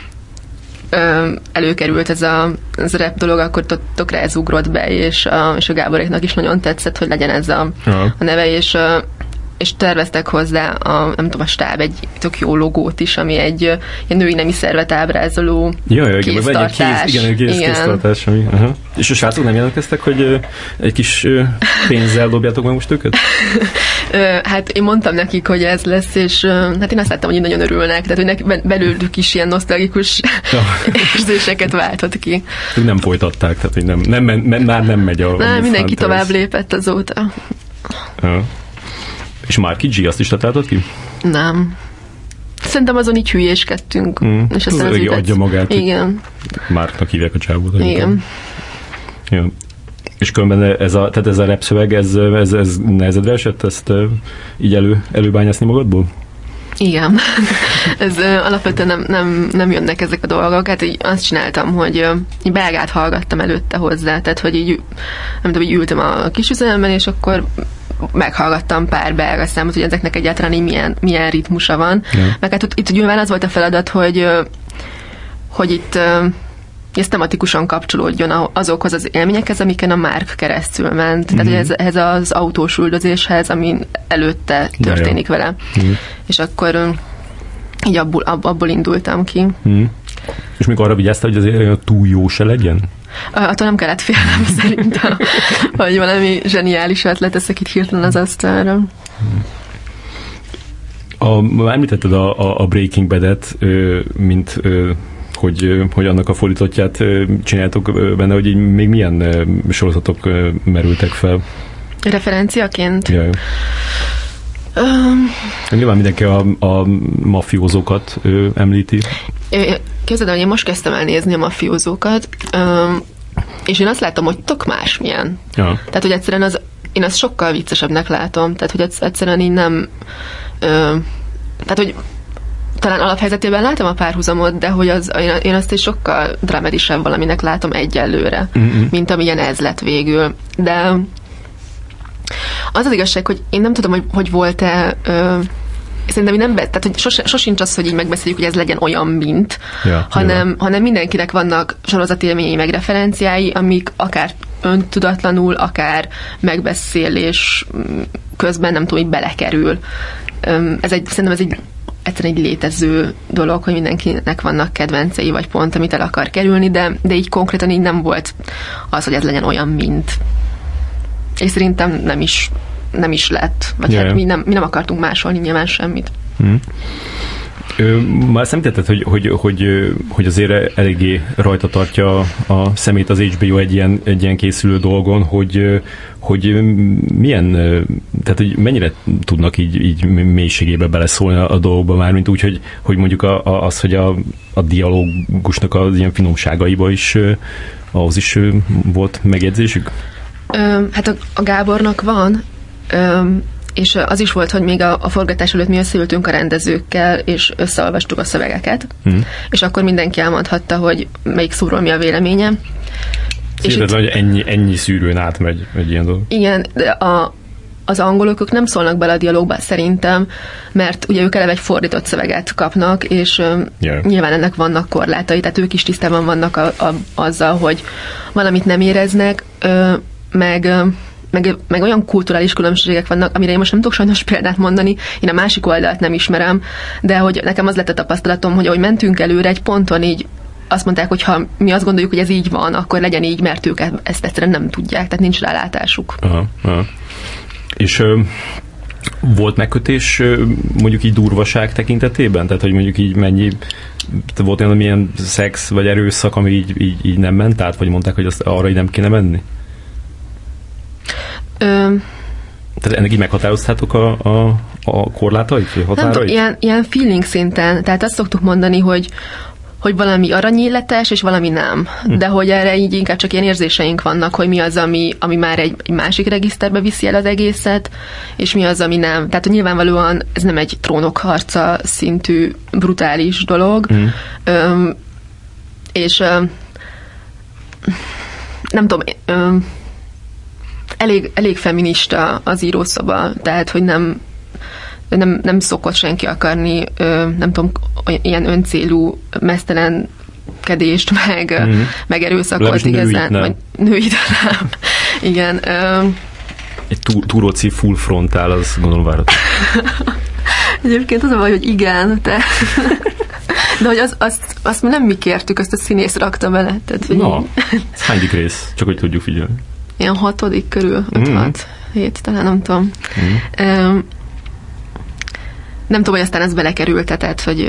előkerült ez a rap dolog, akkor tokra ez ugrott be, és a Gáboréknak is nagyon tetszett, hogy legyen ez a neve, és terveztek hozzá a stáb egy tök jó logót is, ami egy női nemi szervet ábrázoló kéztartás. Igen, kéztartás. És a srácok nem jelentkeztek, hogy egy kis pénzzel dobjátok meg most őket? Hát én mondtam nekik, hogy ez lesz, és hát én azt láttam, hogy nagyon örülnek, tehát hogy belőlük is ilyen nosztalgikus érzéseket váltott ki. Nem folytatták, tehát hogy már nem megy a mindenki tovább lépett azóta. És Marky G, azt is látod ki? Nem. Szerintem azon így hülyéskedtünk. És az adja magát. Igen. Márknak hívják a csávót. Igen. Ja. És különben ez a rap szöveg, ez nehezedre esett ezt így előbányászni magadból? Igen. Ez alapvetően nem jönnek ezek a dolgok. Hát így azt csináltam, hogy így belgát hallgattam előtte hozzá. Tehát, hogy így, nem tudom, így ültem a kisüzemben, és akkor meghallgattam pár belga számot, hogy ezeknek egyáltalán így milyen ritmusa van. Ja. Meg hát itt nyilván az volt a feladat, hogy itt ez tematikusan kapcsolódjon azokhoz az élményekhez, amiken a Mark keresztül ment. Tehát hogy ez az autós üldözéshez, ami előtte történik vele. És akkor így abból indultam ki. És mikor arra vigyáztál, hogy azért túl jó se legyen? Attól nem kellett félnem szerintem, hogy valami zseniálisat leteszek itt hirtelen az asztalra. Említetted a Breaking Bad-et, mint hogy annak a fordítottját csináltok benne, hogy így még milyen sorozatok merültek fel? Referenciaként? Jaj. Nyilván mindenki a mafiózókat említi. Képzeld, hogy én most kezdtem el nézni a mafiózókat, és én azt látom, hogy tök másmilyen. Ja. Tehát, hogy egyszerűen én azt sokkal viccesebbnek látom. Tehát, hogy egyszerűen így nem... tehát, hogy talán alaphelyzetében látom a párhuzamot, de hogy én azt egy sokkal dramedisebb valaminek látom egyelőre, mint amilyen ez lett végül. De az igazság, hogy én nem tudom, hogy volt-e... Szerintem nem tehát hogy sosincs az, hogy így megbeszéljük, hogy ez legyen olyan, mint, hanem mindenkinek vannak sorozatélményei meg referenciái, amik akár öntudatlanul, akár megbeszélés közben, nem tudom, így belekerül. Szerintem ez egyszerűen egy létező dolog, hogy mindenkinek vannak kedvencei, vagy pont, amit el akar kerülni, de így konkrétan így nem volt az, hogy ez legyen olyan, mint. És szerintem nem is lett. Vagy hát mi nem akartunk másolni nyilván semmit. Már azt említetted, hogy azért eléggé rajta tartja a szemét az HBO egy ilyen készülő dolgon, hogy milyen, tehát hogy mennyire tudnak így mélységébe beleszólni a dolgokba már, mint úgy, hogy mondjuk az, hogy a dialógusnak az ilyen finomságaiba is ahhoz is volt megjegyzésük? Hát a Gábornak van, és az is volt, hogy még a forgatás előtt mi összeültünk a rendezőkkel, és összeolvastuk a szövegeket, és akkor mindenki elmondhatta, hogy melyik szóról mi a véleménye. Hihetetlen, hogy ennyi szűrőn átmegy egy ilyen dolog. Igen, de az angolok ők nem szólnak bele a dialógba szerintem, mert ugye ők eleve egy fordított szöveget kapnak, és nyilván ennek vannak korlátai, tehát ők is tisztában vannak azzal, hogy valamit nem éreznek, meg olyan kulturális különbségek vannak, amire én most nem tudok sajnos példát mondani, én a másik oldalt nem ismerem, de hogy nekem az lett a tapasztalatom, hogy ahogy mentünk előre, egy ponton így azt mondták, hogy ha mi azt gondoljuk, hogy ez így van, akkor legyen így, mert ők ezt egyszerűen nem tudják, tehát nincs rálátásuk. Aha. És volt megkötés mondjuk így durvaság tekintetében? Tehát, hogy mondjuk így mennyi volt olyan, milyen szex vagy erőszak, ami így nem ment át, vagy mondták, hogy azt arra így nem kéne menni? Tehát ennek így meghatároztátok a korlátait, határait? Nem tudom, ilyen feeling szinten. Tehát azt szoktuk mondani, hogy valami aranyilletes, és valami nem. De hogy erre így inkább csak ilyen érzéseink vannak, hogy mi az, ami már egy másik regiszterbe viszi el az egészet, és mi az, ami nem. Tehát nyilvánvalóan ez nem egy trónokharca szintű brutális dolog. És nem tudom, elég feminista az írószoba, tehát hogy nem szokott senki akarni, nem tudom, ilyen öncélú mesztelenkedést, meg erőszakot igazán. Vagy nőit nem. Igen. Egy túróci full frontál, az gondolom várható. Egyébként az a baj, hogy igen, de hogy azt nem mi kértük, azt a színész rakta bele. Tehát, hogy ez hányadik rész? Csak hogy tudjuk figyelni. Ilyen 6. körül, 7, talán nem tudom. Nem tudom, hogy aztán ez belekerült, tehát, hogy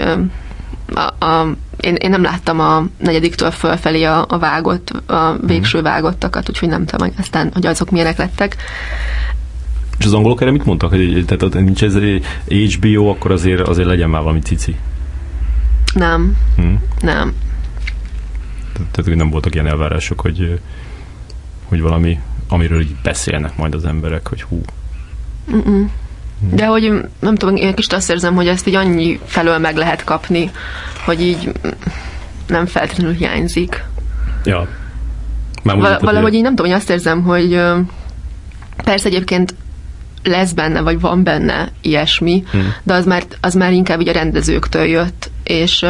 én nem láttam a 4-től fölfelé a végső vágottakat, úgyhogy nem tudom, hogy aztán, hogy azok milyenek lettek. És az angolok erre mit mondtak? Hogy tehát nincs ez HBO, akkor azért legyen már valami cici. Nem. Nem. Tehát nem voltak ilyen elvárások, hogy valami, amiről így beszélnek majd az emberek, hogy hú. De hogy nem tudom, én kicsit azt érzem, hogy ezt így annyi felől meg lehet kapni, hogy így nem feltétlenül hiányzik. Ja. Valahogy így nem tudom, hogy azt érzem, hogy persze egyébként lesz benne, vagy van benne ilyesmi, de az már inkább így a rendezőktől jött, és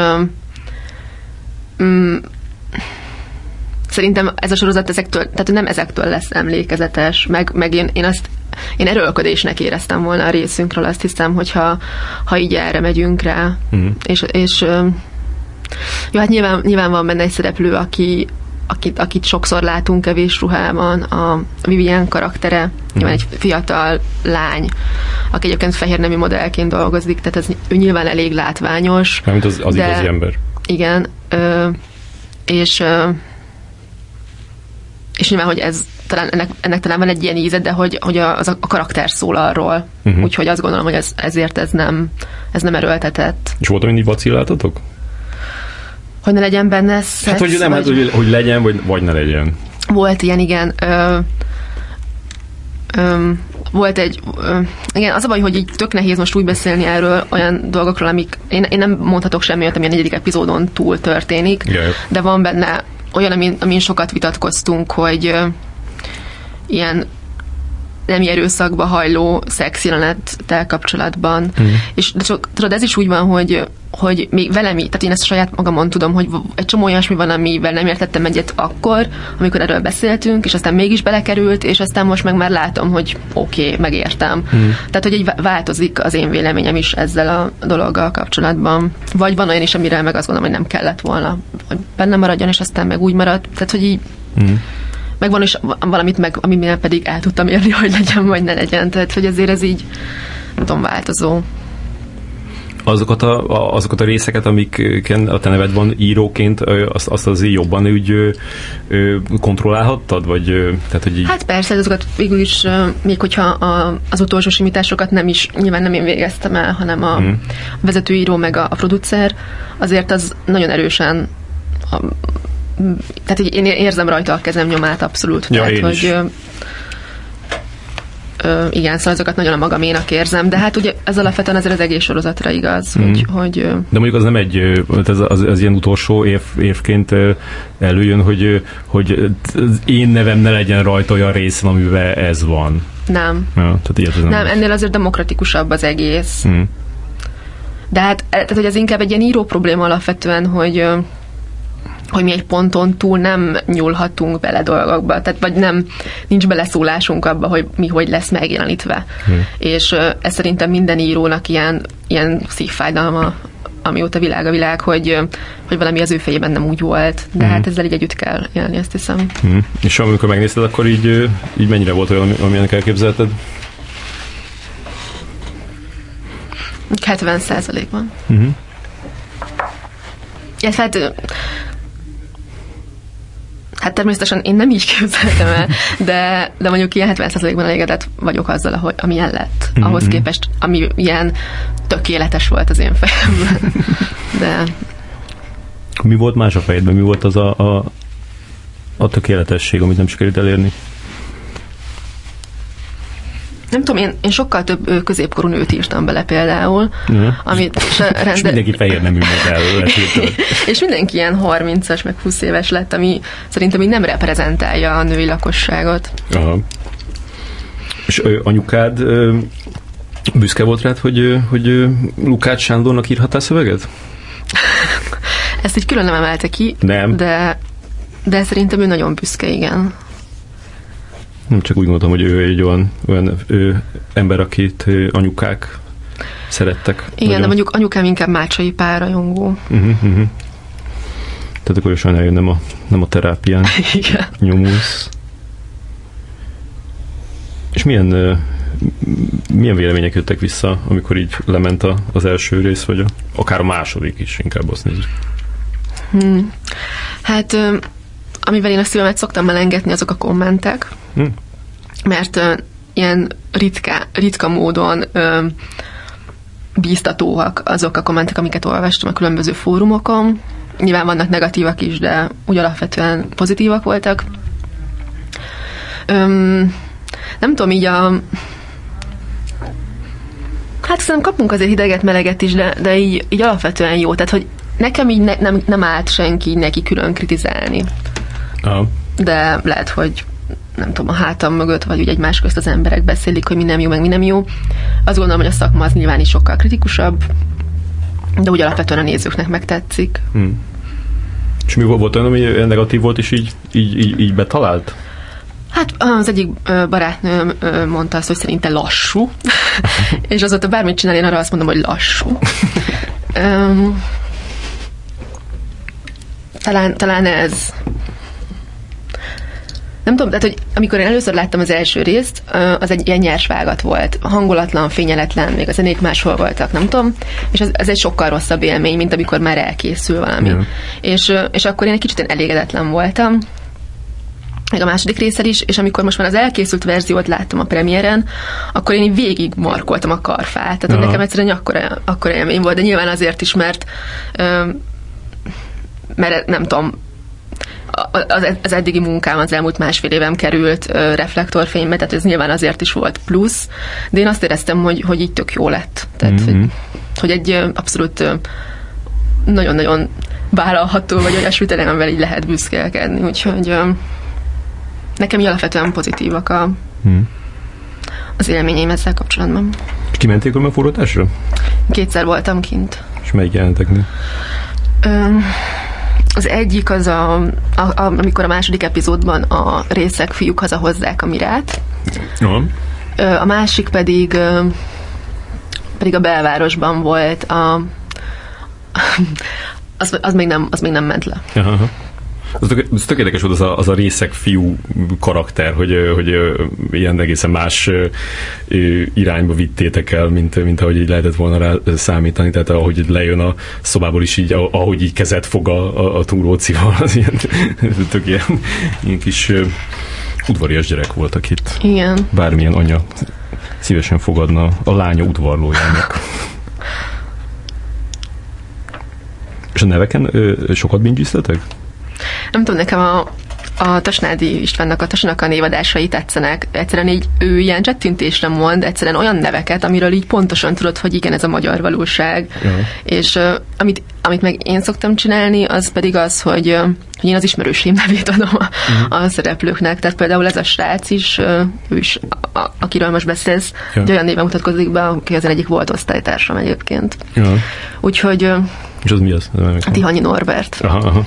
szerintem ez a sorozat tehát nem ezektől lesz emlékezetes, meg én erőlködésnek éreztem volna a részünkről, azt hiszem, hogyha így erre megyünk rá. És jó, hát nyilván van benne egy szereplő, akit sokszor látunk kevés ruhában, a Vivian karaktere, nyilván egy fiatal lány, aki egyébként fehérnemű modellként dolgozik, tehát ő nyilván elég látványos. Mint az igazi ember. Igen, és nyilván, hogy ennek talán van egy ilyen íze, de hogy a karakter szól arról. Úgyhogy azt gondolom, hogy ezért ez nem erőltetett. És volt, mindig vacilláltatok? Hogy ne legyen benne szex? Hát, hogy nem, hogy legyen, vagy ne legyen. Volt ilyen, igen. Volt egy... igen, az a baj, hogy így tök nehéz most úgy beszélni erről olyan dolgokról, amik... Én nem mondhatok semmi, ami a 4. epizódon túl történik, de van benne olyan, amin sokat vitatkoztunk, hogy ilyen nemi erőszakba hajló szexjelenettel kapcsolatban. És tudod, ez is úgy van, hogy még velem, tehát én ezt saját magamon tudom, hogy egy csomó olyasmi van, amivel nem értettem egyet akkor, amikor erről beszéltünk, és aztán mégis belekerült, és aztán most meg már látom, hogy oké, megértem. Tehát, hogy így változik az én véleményem is ezzel a dologgal kapcsolatban. Vagy van olyan is, amire meg azt gondolom, hogy nem kellett volna, hogy benne maradjon, és aztán meg úgy marad. Tehát, hogy így meg van is valamit, amivel pedig el tudtam érni, hogy legyen, vagy ne legyen. Tehát, hogy azért ez így, nem tudom, változó. Azokat a részeket, amiken a te neved van íróként, azt azért jobban úgy kontrollálhattad? Vagy, tehát, hogy így... Hát persze, azokat végül is, még hogyha az utolsó simításokat nyilván nem én végeztem el, hanem a vezetőíró meg a producer, azért az nagyon erősen tehát én érzem rajta a kezem nyomát abszolút. Ja, tehát, hogy igen, szóval azokat nagyon a magaménak érzem, de hát ugye ez alapvetően azért az egész sorozatra igaz, hogy... De mondjuk az nem az ilyen utolsó évként előjön, hogy az én nevem ne legyen rajta olyan részen, amiben ez van. Nem. Ja, tehát nem, ennél azért demokratikusabb az egész. De hát tehát, hogy ez inkább egy ilyen író probléma alapvetően, hogy mi egy ponton túl nem nyúlhatunk bele dolgokba, tehát vagy nincs beleszólásunk abba, hogy mi hogy lesz megjelenítve. És ez szerintem minden írónak ilyen szívfájdalma, amióta világ, hogy valami az ő fejében nem úgy volt, de hát ezzel így együtt kell élni, azt hiszem. És amikor megnézted, akkor így mennyire volt olyan, amilyenek elképzelted? 70%-ban. Hát Hát természetesen én nem így képzeltem el, de mondjuk ilyen 70%-ban elégedett vagyok azzal, amilyen lett. Ahhoz képest, ami ilyen tökéletes volt az én fejemben. De... Mi volt más a fejedben? Mi volt az a tökéletesség, amit nem sikerült elérni? Nem tudom, én sokkal több középkorú nőt írtam bele például. Amit és mindenki fehér nemű modell lett. És mindenki ilyen 30-as, meg 20 éves lett, ami szerintem így nem reprezentálja a női lakosságot. Aha. És anyukád büszke volt rád, hogy Lukács Sándornak írhatál szöveget? Ezt így külön nem emelte ki, nem. De szerintem ő nagyon büszke, igen. Nem csak úgy gondoltam, hogy ő egy olyan ember, akit anyukák szerettek. Igen, nagyon. De mondjuk anyukám inkább Mácsai Pál rajongó. Tehát akkor sajnálja, nem a terápián nyomulsz. És milyen vélemények jöttek vissza, amikor így lement az első rész, vagy akár a második is, inkább azt nézzük. Hát, amivel én a szívemet szoktam melengetni, azok a kommentek. Mert ilyen ritka módon bíztatóak azok a kommentek, amiket olvastam a különböző fórumokon. Nyilván vannak negatívak is, de úgy alapvetően pozitívak voltak. Nem tudom, így hát szerintem kapunk azért hideget, meleget is, de így alapvetően jó. Tehát, hogy nekem így nem állt senki neki külön kritizálni. De lehet, hogy nem tudom, a hátam mögött, vagy úgy egymás közt az emberek beszélik, hogy mi nem jó, meg mi nem jó. Azt gondolom, hogy a szakma az nyilván is sokkal kritikusabb, de úgy alapvetően a nézőknek megtetszik. És mi volt olyan, ami negatív volt, és így betalált? Hát az egyik barátnőm mondta azt, hogy szerinte lassú, és azóta bármit csinál, én arra azt mondom, hogy lassú. Talán ez... Nem tudom, tehát, hogy amikor én először láttam az első részt, az egy ilyen nyers vágat volt. Hangolatlan, fényeletlen, még a zenék máshol voltak, nem tudom. És ez egy sokkal rosszabb élmény, mint amikor már elkészül valami. Yeah. És akkor én egy kicsit elégedetlen voltam, meg a második részsel is, és amikor most már az elkészült verziót láttam a premiéren, akkor én végig markoltam a karfát. Tehát nekem egyszerűen akkora élmény volt, de nyilván azért is, mert nem tudom, az eddigi munkám az elmúlt másfél évem került reflektorfénybe, tehát ez nyilván azért is volt plusz, de én azt éreztem, hogy így tök jó lett. Tehát, hogy egy abszolút nagyon-nagyon vállalható, vagy olyasmi tényleg, amivel így lehet büszkélkedni. Úgyhogy nekem alapvetően pozitívak az élményeim ezzel kapcsolatban. És kimenték a forgatásra? 2-szer voltam kint. És melyik jelenteknél? Az egyik az amikor a második epizódban a részek fiúk hazahozzák a Mirát. A másik pedig a belvárosban volt. Az még nem ment le. Aha. Ez tök érdekes volt az a részek fiú karakter, hogy ilyen egészen más irányba vittétek el, mint ahogy így lehetett volna rá számítani, tehát ahogy lejön a szobából is így, ahogy így kezet fog a túrócival, az ilyen tök ilyen kis udvarias gyerek voltak itt. Igen. Bármilyen anya szívesen fogadna a lánya udvarlójának. És a neveken sokat bingiztetek? Nem tudom, nekem a Tasnádi Istvánnak, a Tasinak a névadásai tetszenek. Egyszerűen így ő ilyen csettintésre mond egyszerűen olyan neveket, amiről így pontosan tudod, hogy igen, ez a magyar valóság. És amit meg én szoktam csinálni, az pedig az, hogy én az ismerősém nevét adom a szereplőknek. Tehát például ez a srác is, ő is, akiről most beszélsz, egy olyan néven mutatkozik be, aki az egyik volt osztálytársam egyébként. Úgyhogy... És az mi az? Tihanyi Norbert. Aha.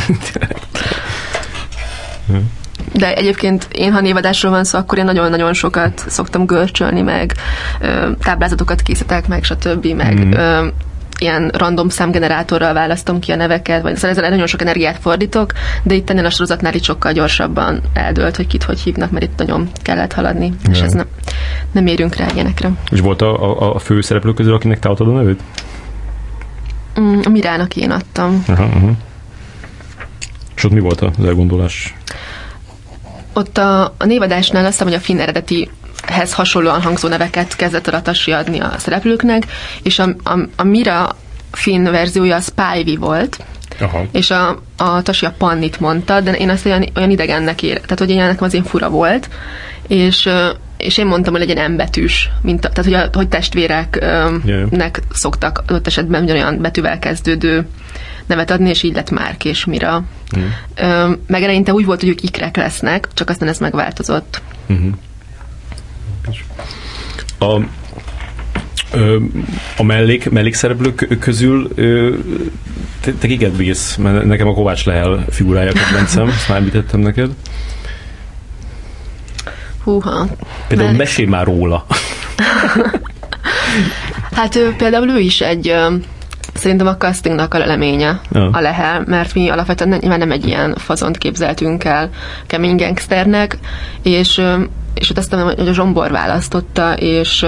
De egyébként én, ha névadásról van szó, akkor én nagyon-nagyon sokat szoktam görcsölni, meg táblázatokat készítek, meg stb. Meg ilyen random számgenerátorral választom ki a neveket, vagy szóval ezzel nagyon sok energiát fordítok, de itt ennél a sorozatnál itt sokkal gyorsabban eldőlt, hogy kit hogy hívnak, mert itt nagyon kellett haladni, és ez nem érünk rá ilyenekre. És volt a főszereplők közül, akinek te adtad a nevét? A Mirának én adtam. Aha. És ott mi volt az elgondolás? Ott a névadásnál azt hiszem, hogy a finn eredetihez hasonlóan hangzó neveket kezdett a Tashi adni a szereplőknek, és a Mira finn verziója az Päivi volt. Aha. És a Tashi a Pannit mondta, de én azt olyan idegennek tehát hogy nekem az én fura volt, és én mondtam, hogy legyen M-betűs, tehát hogy testvéreknek szoktak adott esetben ugyanolyan betűvel kezdődő nevet adni, és így lett Márk és Mira. Meg eleinte úgy volt, hogy ők ikrek lesznek, csak aztán ez megváltozott. A mellékszereplők közül te kiket bírsz? Mert nekem a Kovács Lehel figurája kedvencem, ezt már említettem neked. Húha. Például mesélj már róla. Hát például ő is szerintem a castingnak a leleménye, a Lehel, mert mi alapvetően nyilván nem egy ilyen fazont képzeltünk el kemény gangsternek, és ott azt mondom, hogy a Zsombor választotta, és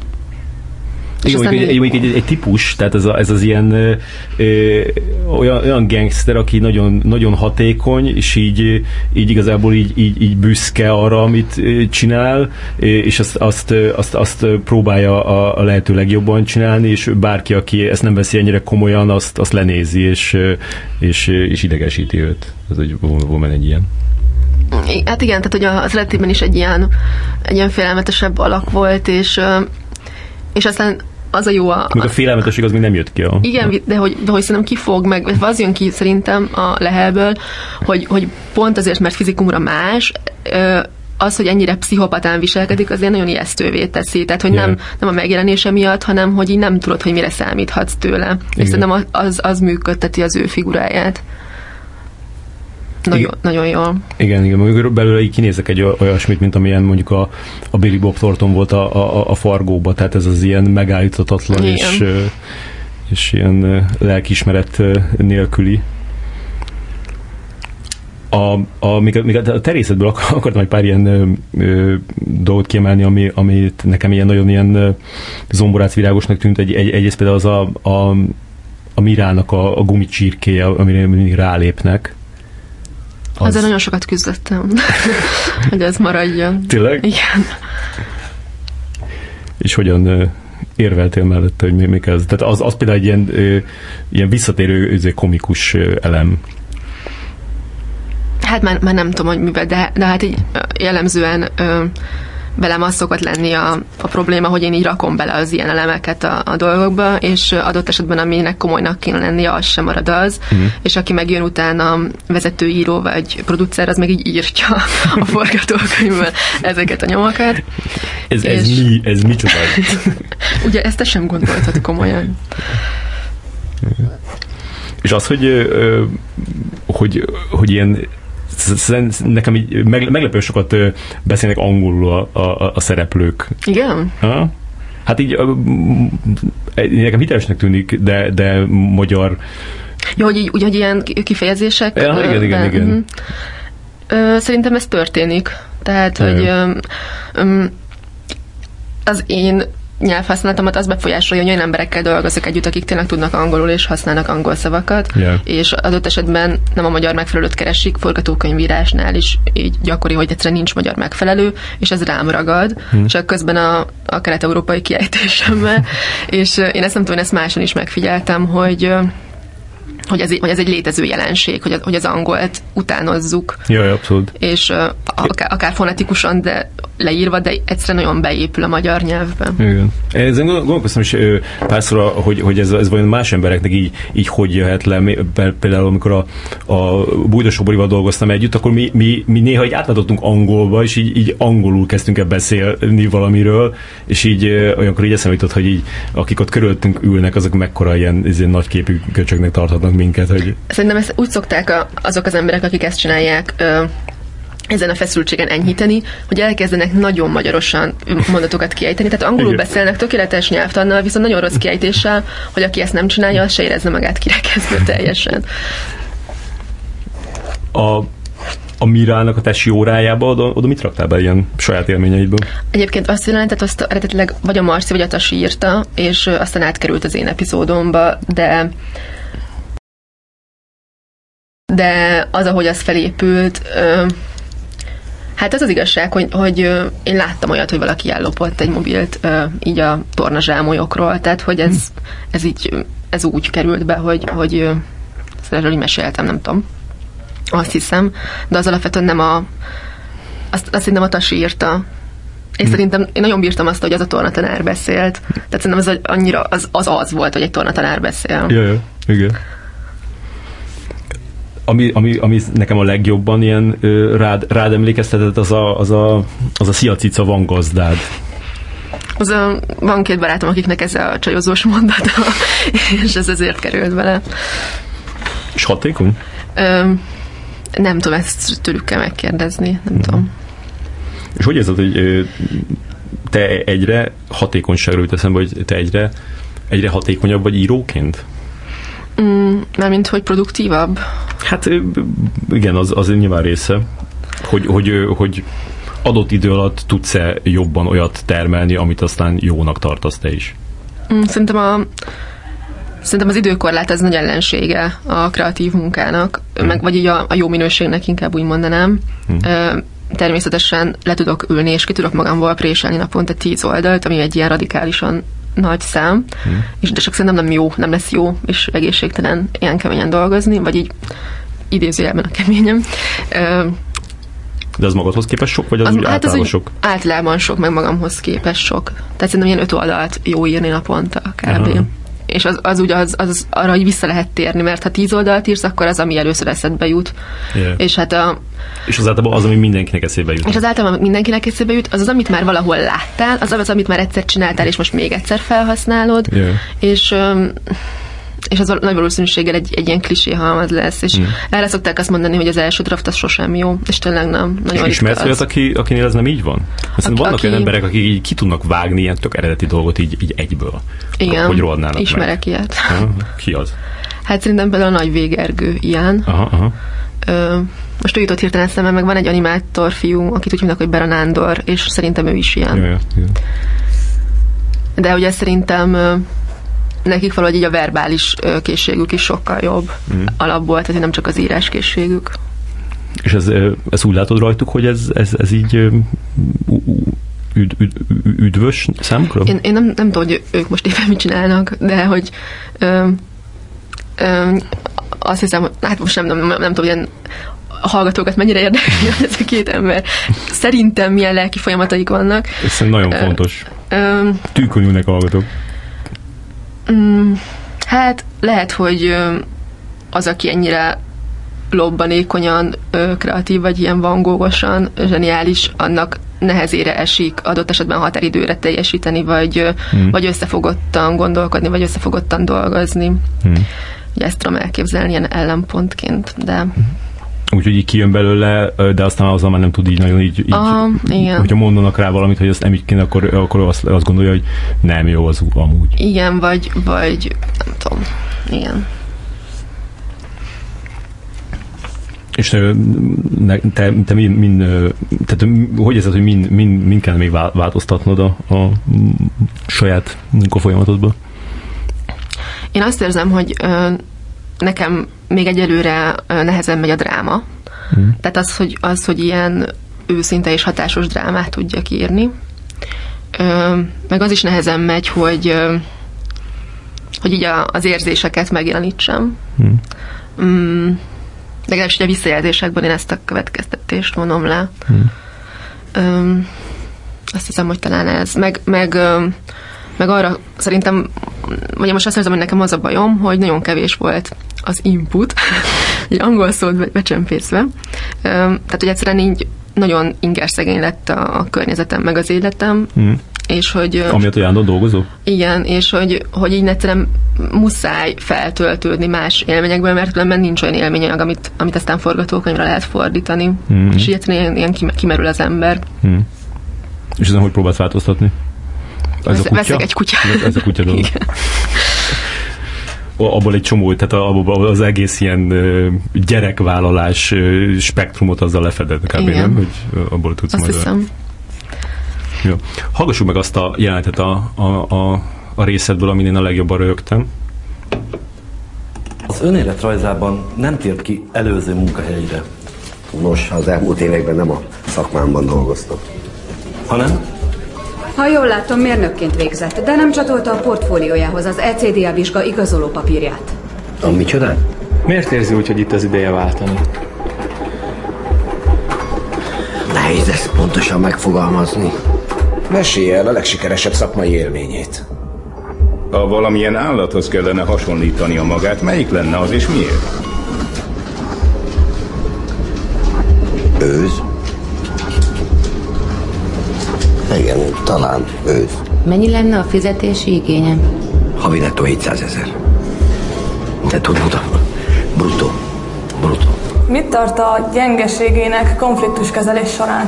egy típus, tehát ez az ilyen olyan gangster, aki nagyon, nagyon hatékony, és így igazából így büszke arra, amit csinál, és azt próbálja a lehető legjobban csinálni, és bárki, aki ezt nem veszi ennyire komolyan, azt lenézi, és idegesíti őt. Ez van egy ilyen. Hát igen, tehát hogy az eredetében is egy ilyen félelmetesebb alak volt, és aztán az a jó Még a félelmetesség az még nem jött ki. Igen, de hogy szerintem kifog meg, vagy az jön ki szerintem a Lehelből, hogy pont azért, mert fizikumra más, az, hogy ennyire pszichopatán viselkedik, azért nagyon ijesztővé teszi. Tehát, hogy nem a megjelenése miatt, hanem, hogy így nem tudod, hogy mire számíthatsz tőle. Igen. És szerintem az működteti az ő figuráját. Nagyon jól. Igen, belőle így kinézek egy olyasmit, mint amilyen mondjuk a Billy Bob Thornton volt a Fargóba, tehát ez az ilyen megállíthatatlan és ilyen lelkiismeret nélküli. Még a terészetből akartam egy pár ilyen dolgot kiemelni, amit nekem ilyen nagyon ilyen zomborácvirágosnak tűnt. Egyrészt például az a Mirának a gumicsirkéje, amire mindig rálépnek. Ezzel nagyon sokat küzdöttem, hogy ez maradjon. Tényleg? Igen. És hogyan érveltél mellette, hogy mi ez? Tehát az például egy ilyen visszatérő komikus elem. Hát már nem tudom, hogy mivel, de hát így jellemzően velem az szokott lenni a probléma, hogy én így rakom bele az ilyen elemeket a dolgokba, és adott esetben, aminek komolynak kéne lennie, az sem marad az, és aki megjön utána vezetőíró vagy producer, az meg így írtja a forgatókönyvből ezeket a nyomokat. Ez micsoda? Ugye ezt te sem gondoltad komolyan. És az, hogy ilyen nekem így meglepő sokat beszélnek angolul a szereplők. Igen? Ha? Hát így nekem hitelesnek tűnik, de magyar. Jó, hogy ilyen kifejezések. Ja, igen. Szerintem ez történik. Tehát, hogy az én nyelvhasználatomat az befolyásolja, hogy olyan emberekkel dolgozok együtt, akik tényleg tudnak angolul és használnak angol szavakat, és adott esetben nem a magyar megfelelőt keresik, forgatókönyvírásnál is így gyakori, hogy egyszerűen nincs magyar megfelelő, és ez rám ragad, csak közben a kelet-európai kiejtésemmel, és én ezt nem tudom, ezt máson is megfigyeltem, hogy ez egy létező jelenség, hogy az angolt utánozzuk. Jaj, abszolút. És akár fonetikusan, de leírva, de egyszerűen nagyon beépül a magyar nyelvbe. Igen. Ezen gondolkoztam is párszor, hogy ez vajon más embereknek így hogy jöhet le. Például, amikor a Bújdos Zsoborival dolgoztam együtt, akkor mi néha így átváltottunk angolba, és így angolul kezdtünk el beszélni valamiről, és így olyankor így eszembe jutott, hogy így akik ott körülöttünk ülnek, azok mekkora ilyen nagyképű köcsöknek tarthatnak minket, hogy... Szerintem ezt úgy szokták azok az emberek, akik ezt csinálják, ezen a feszültségen enyhíteni, hogy elkezdenek nagyon magyarosan mondatokat kiejteni. Tehát angolul beszélnek tökéletes nyelvtannal, viszont nagyon rossz kiejtéssel, hogy aki ezt nem csinálja, az se érezne magát kirekesztő teljesen. A Mirának a tesi órájába oda mit raktál be ilyen saját élményeidből? Egyébként azt jelentett, azt eredetileg vagy a Marci, vagy a Tasi írta, és aztán átkerült az én epizódomba, de de az, ahogy az felépült, hát ez az igazság, hogy én láttam olyat, hogy valaki ellopott egy mobilt így a tornazsámolyokról, tehát hogy ez úgy került be, hogy erről így meséltem, nem tudom. Azt hiszem, de az alapvetően nem azt szerintem a Tasi írta. És szerintem én nagyon bírtam azt, hogy az a tornatanár beszélt. Tehát szerintem ez annyira az volt, hogy egy tornatanár beszél. Ja, igen. Ami nekem a legjobban ilyen rád emlékeztetett, az a szia cica, van gazdád. Van 2 barátom, akiknek ez a csajozós mondata, és ez ezért került bele. És hatékony? Nem tudom, ezt tőlük kell megkérdezni, nem tudom. És hogy érzed, hogy te egyre hatékonyságra jut eszembe, hogy te egyre hatékonyabb vagy íróként? Mármint, hogy produktívabb? Hát igen, az nyilván része. Hogy adott idő alatt tudsz-e jobban olyat termelni, amit aztán jónak tartasz te is? Szerintem az időkorlát az nagy ellensége a kreatív munkának, vagy így a jó minőségnek, inkább úgy mondanám. Természetesen le tudok ülni, és ki tudok magamból préselni naponta 10 oldalt, ami egy ilyen radikálisan nagy szám, és de csak szerintem nem lesz jó, és egészségtelen ilyen keményen dolgozni, vagy így idézőjelben a keményem. De az magadhoz képest sok, vagy az úgy általában sok? Általában sok, meg magamhoz képest sok. Tehát szerintem ilyen 5 oldalt jó írni naponta kb. Aha. És az arra, hogy vissza lehet térni, mert ha 10 oldalt írsz, akkor az, ami először eszedbe jut. Yeah. És hát és az általában az, ami mindenkinek eszébe jut. És az általában mindenkinek eszébe jut, az, amit már valahol láttál, az, amit már egyszer csináltál, és most még egyszer felhasználod, yeah. És az nagy valószínűséggel egy ilyen kliséhalmaz lesz, és erre szokták azt mondani, hogy az első draft az sosem jó, és tényleg nem. Nagyon ismersz olyat, akinél ez nem így van? Vannak olyan emberek, akik így ki tudnak vágni ilyen tök eredeti dolgot így egyből. Igen, hogy rohadnának ismerek meg. Ilyet. Ki az? Hát szerintem például a Nagy Végergő ilyen. Aha. Most ő jutott hirtelen eszembe, meg van egy animátor fiú, akit úgy hívnak, hogy Bera Nándor, és szerintem ő is ilyen. Ja. De ugye szerintem nekik valahogy így a verbális készségük is sokkal jobb alapból, tehát nem csak az írás készségük. És ez úgy látod rajtuk, hogy ez így üdvös számukra? Én nem tudom, hogy ők most éppen mit csinálnak, de hogy azt hiszem, hogy hát most nem tudom, ilyen a hallgatókat mennyire érdekli ez a 2 ember. Szerintem milyen lelki folyamataik vannak. Ez szerintem nagyon fontos. Tűkön ülnek a hallgatók. Hát lehet, hogy az, aki ennyire lobbanékonyan kreatív, vagy ilyen vangógosan, zseniális, annak nehezére esik adott esetben határidőre teljesíteni, vagy összefogottan gondolkodni, vagy összefogottan dolgozni. Ugye ezt tudom elképzelni ilyen ellenpontként, de... Úgyhogy így kijön belőle, de aztán azzal már nem tud így nagyon így hogyha mondanak rá valamit, hogy ezt nem így kéne, akkor azt gondolja, hogy nem jó az amúgy. Igen, vagy nem tudom. Igen. És te tehát hogy érzed, hogy mind kell még változtatnod a saját munkafolyamatodban? Én azt érzem, hogy nekem még egyelőre nehezen megy a dráma. Tehát az, hogy ilyen őszinte és hatásos drámát tudjak írni. Meg az is nehezen megy, hogy így az érzéseket megjelenítsem. Legalábbis a visszajelzésekben én ezt a következtetést vonom le. Azt hiszem, hogy talán ez. Meg arra szerintem, vagy most azt érzem, hogy nekem az a bajom, hogy nagyon kevés volt az input, egy angol szót becsempészve. Tehát, hogy egyszerűen így nagyon ingerszegény lett a környezetem, meg az életem, és hogy... Amiatt, hogy állandóan dolgozó? Igen, és hogy így egyszerűen muszáj feltöltődni más élményekből, mert különben nincs olyan élményanyag, amit aztán forgatókönyvre lehet fordítani. És így egyszerűen ilyen kimerül az ember. És ezen hogy próbálsz változtatni? Veszek egy kutyát. Ez a kutya dolog. Abból egy csomó, tehát abból az egész ilyen gyerekvállalás spektrumot azzal lefeded kb. Nem? Hogy abból tudsz azt majd... hiszem. Jó. Hallgassuk meg azt a jelenetet a részedből, amin én a legjobban röhögtem. Az önéletrajzában nem tért ki előző munkahelyre. Nos, az elmúlt években nem a szakmámban dolgoztam. Hanem? Ha jól látom, mérnökként végzett, de nem csatolta a portfóliójához az ECDA vizsga igazoló papírját. A micsoda? Miért érzi úgy, hogy itt az ideje váltani? Nehéz ezt pontosan megfogalmazni. Mesélj el a legsikeresebb szakmai élményét. Ha valamilyen állathoz kellene hasonlítania magát, melyik lenne az és miért? Őz? Igen, talán őz. Mennyi lenne a fizetési igényem? Havi nettó 700 000. De tudod, bruttó. Mit tart a gyengeségének konfliktuskezelés során?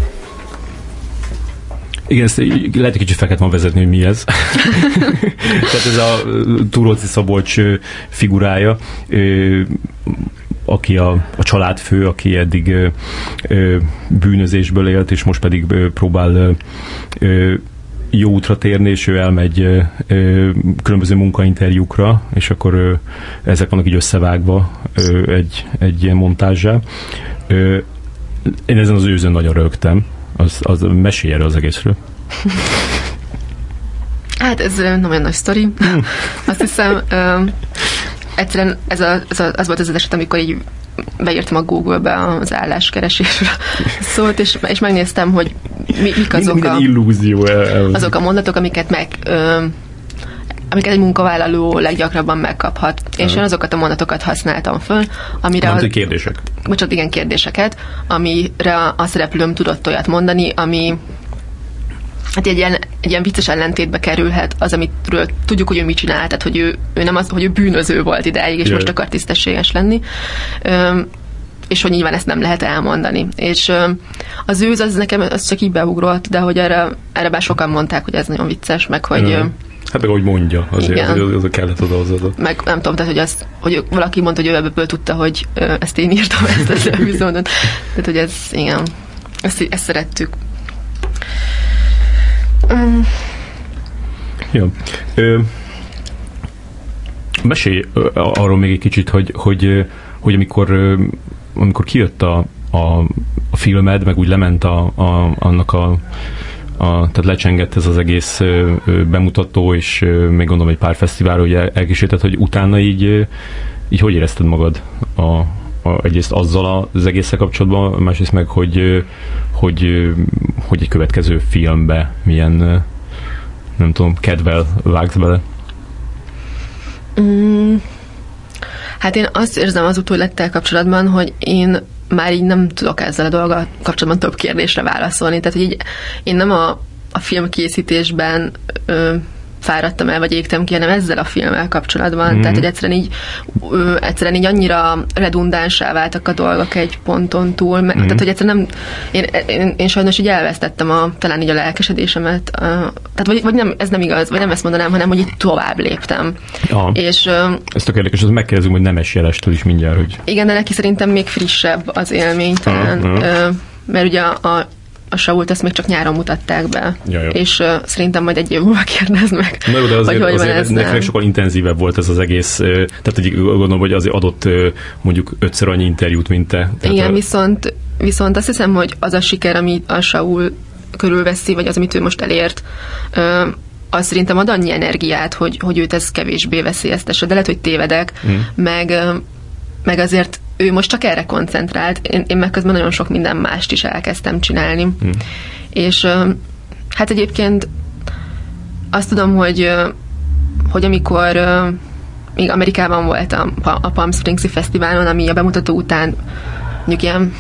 Igen, ezt lehet egy kicsit fel kellett ma vezetni, hogy mi ez. Tehát ez a Túróczi Szabolcs figurája, aki a családfő, aki eddig bűnözésből élt, és most pedig próbál jó útra térni, és ő elmegy különböző munkainterjúkra, és akkor ezek vannak így összevágva egy ilyen montázsá. Én ezen az őzön nagyon rögtem. Az mesélj erről az egészről. Hát ez nem olyan nagy sztori. Azt hiszem, egyszerűen az volt az eset, amikor így beírtam a Google-be az álláskeresésre szólt, és megnéztem, hogy mik azok a mondatok, amiket egy munkavállaló leggyakrabban megkaphat. És én azokat a mondatokat használtam föl, amire... kérdések. Bocsánat, igen, kérdéseket, amire a szereplőm tudott olyat mondani, ami hát egy ilyen vicces ellentétbe kerülhet az, amitről tudjuk, hogy ő mit csinál, tehát hogy ő nem az, hogy ő bűnöző volt idáig, és most akar tisztességes lenni. És hogy nyilván ezt nem lehet elmondani. És az őz, az nekem az csak így beugrott, de hogy erre bár sokan mondták, hogy ez nagyon vicces, meg hogy... Hát meg ahogy mondja, azért az kellett oda. Meg nem tudom, tehát hogy valaki mondta, hogy ő ebből tudta, hogy ezt én írtam, ezt az epizódot. Tehát, hogy ez, igen, ezt szerettük. Jó. Mesélj arról még egy kicsit, hogy amikor kijött a filmed, meg úgy lement annak tehát lecsengett ez az egész bemutató, és még gondolom egy pár fesztiválra, hogy elkísérted, hogy utána így hogy érezted magad egyrészt azzal az egésszel kapcsolatban, másrészt meg, hogy egy következő filmbe milyen, nem tudom, kedvel vágsz bele? Hát én azt érzem az utólettel kapcsolatban, hogy én már így nem tudok ezzel a dologgal kapcsolatban több kérdésre válaszolni. Tehát, hogy így én nem a filmkészítésben fáradtam el, vagy égtem ki, hanem ezzel a filmmel kapcsolatban. Tehát, hogy egyszerűen így annyira redundánsá váltak a dolgok egy ponton túl. Tehát, hogy egyszerűen én sajnos így elvesztettem talán így a lelkesedésemet. Tehát, vagy nem, ez nem igaz, vagy nem ezt mondanám, hanem, hogy így tovább léptem. És, ez tök érdekes, azt megkérdezünk, hogy Nemes Jelestől is mindjárt, hogy... Igen, de neki szerintem még frissebb az élmény talán. Mert ugye a Sault ezt még csak nyáron mutatták be. Ja. És szerintem majd egy év múlva kérdezd meg. Na jó, de azért nektek sokkal intenzívebb volt ez az egész, tehát egy, gondolom, hogy azért adott mondjuk 5-szer annyi interjút, mint te. Igen, viszont azt hiszem, hogy az a siker, ami a Saul körülveszi, vagy az, amit ő most elért, az szerintem ad annyi energiát, hogy őt ez kevésbé veszélyeztesse, de lehet, hogy tévedek, meg azért ő most csak erre koncentrált, én meg közben nagyon sok minden mást is elkezdtem csinálni. És hát egyébként azt tudom, hogy amikor még Amerikában voltam a Palm Springs-i fesztiválon, ami a bemutató után mondjuk ilyen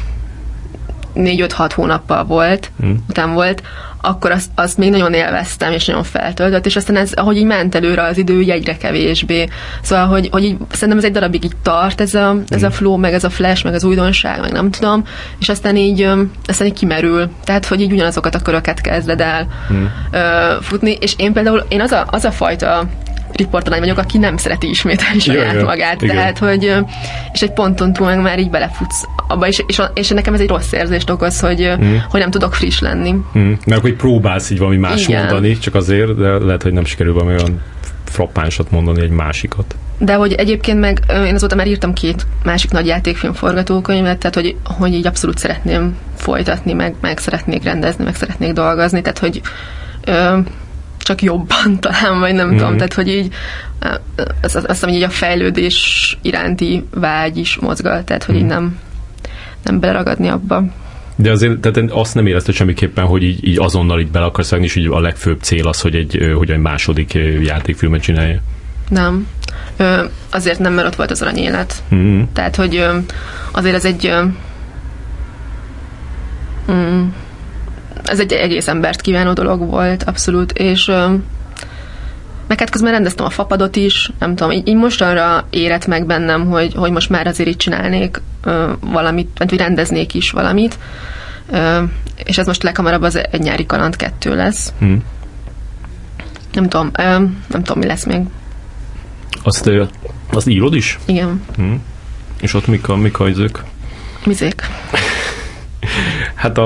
4-5-6 hónappal után volt, akkor azt még nagyon élveztem, és nagyon feltöltött, és aztán ez, ahogy így ment előre az idő, egyre kevésbé. Szóval, hogy így, szerintem ez egy darabig így tart, ez a flow, meg ez a flash, meg az újdonság, meg nem tudom, és aztán így kimerül. Tehát, hogy így ugyanazokat a köröket kezded el futni, és én például, az a fajta riportalány vagyok, aki nem szereti ismételni saját magát. Igen. Tehát, hogy és egy ponton túl meg már így belefutsz abba, és nekem ez egy rossz érzést okoz, hogy nem tudok friss lenni. Mert hogy próbálsz így valami más mondani, csak azért, de lehet, hogy nem sikerül valami olyan frappánsat mondani, egy másikat. De hogy egyébként meg én azóta már írtam 2 másik nagy játékfilm forgatókönyvet, tehát hogy így abszolút szeretném folytatni, meg szeretnék rendezni, meg szeretnék dolgozni, tehát hogy csak jobban talán, vagy nem tudom, tehát hogy így azt hiszem, így a fejlődés iránti vágy is mozgat, tehát hogy így nem beleragadni abba. De azért tehát azt nem érezted semmiképpen, hogy így azonnal így bele akarsz vágni, és így a legfőbb cél az, hogy egy második játékfilmet csinálja? Nem. Azért nem, mert ott volt az Aranyélet. Tehát, hogy azért ez egy egész embert kívánó dolog volt, abszolút, és meg hát közben rendeztem a Fapadot is, nem tudom, így most arra érett meg bennem, hogy most már azért így csinálnék valamit, vagy rendeznék is valamit, és ez most leghamarabb az Egy nyári kaland 2 lesz. Nem tudom, mi lesz még. Azt írod is? Igen. És ott mik a izők? Mizék? Hát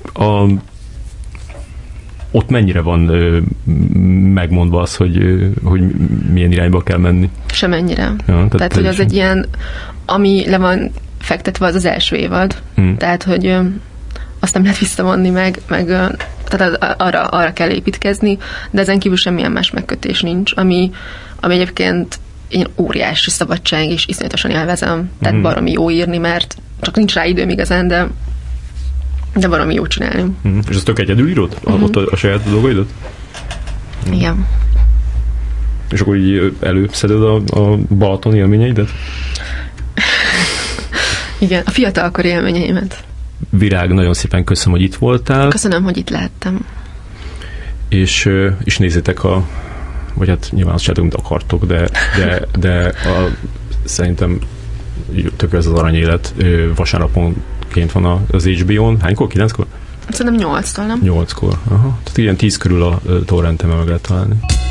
ott mennyire van megmondva az, hogy milyen irányba kell menni? Semennyire. Ja, tehát hogy az egy ilyen, ami le van fektetve, az első évad. Tehát, hogy azt nem lehet visszavonni, meg tehát arra kell építkezni, de ezen kívül semmilyen más megkötés nincs, ami egyébként egy óriási szabadság, és iszonyatosan élvezem. Tehát baromi jó írni, mert csak nincs rá időm igazán, de baromi jó csinálni. És azt tök egyedül írod? Ott a saját dolgaidat? Igen. És akkor így előszeded a Balaton élményeidet? Igen, a fiatalkori élményeimet. Virág, nagyon szépen köszönöm, hogy itt voltál. Köszönöm, hogy itt lehettem. És nézzétek vagy hát nyilván azt csináltok, mint akartok, de szerintem tök ez az Aranyélet vasárnaponként van az HBO-n. Hánykor? 9-kor? Szerintem 8-tól, nem? 8-kor. Aha. Tehát ilyen 10 körül a torrenten meg lehet találni.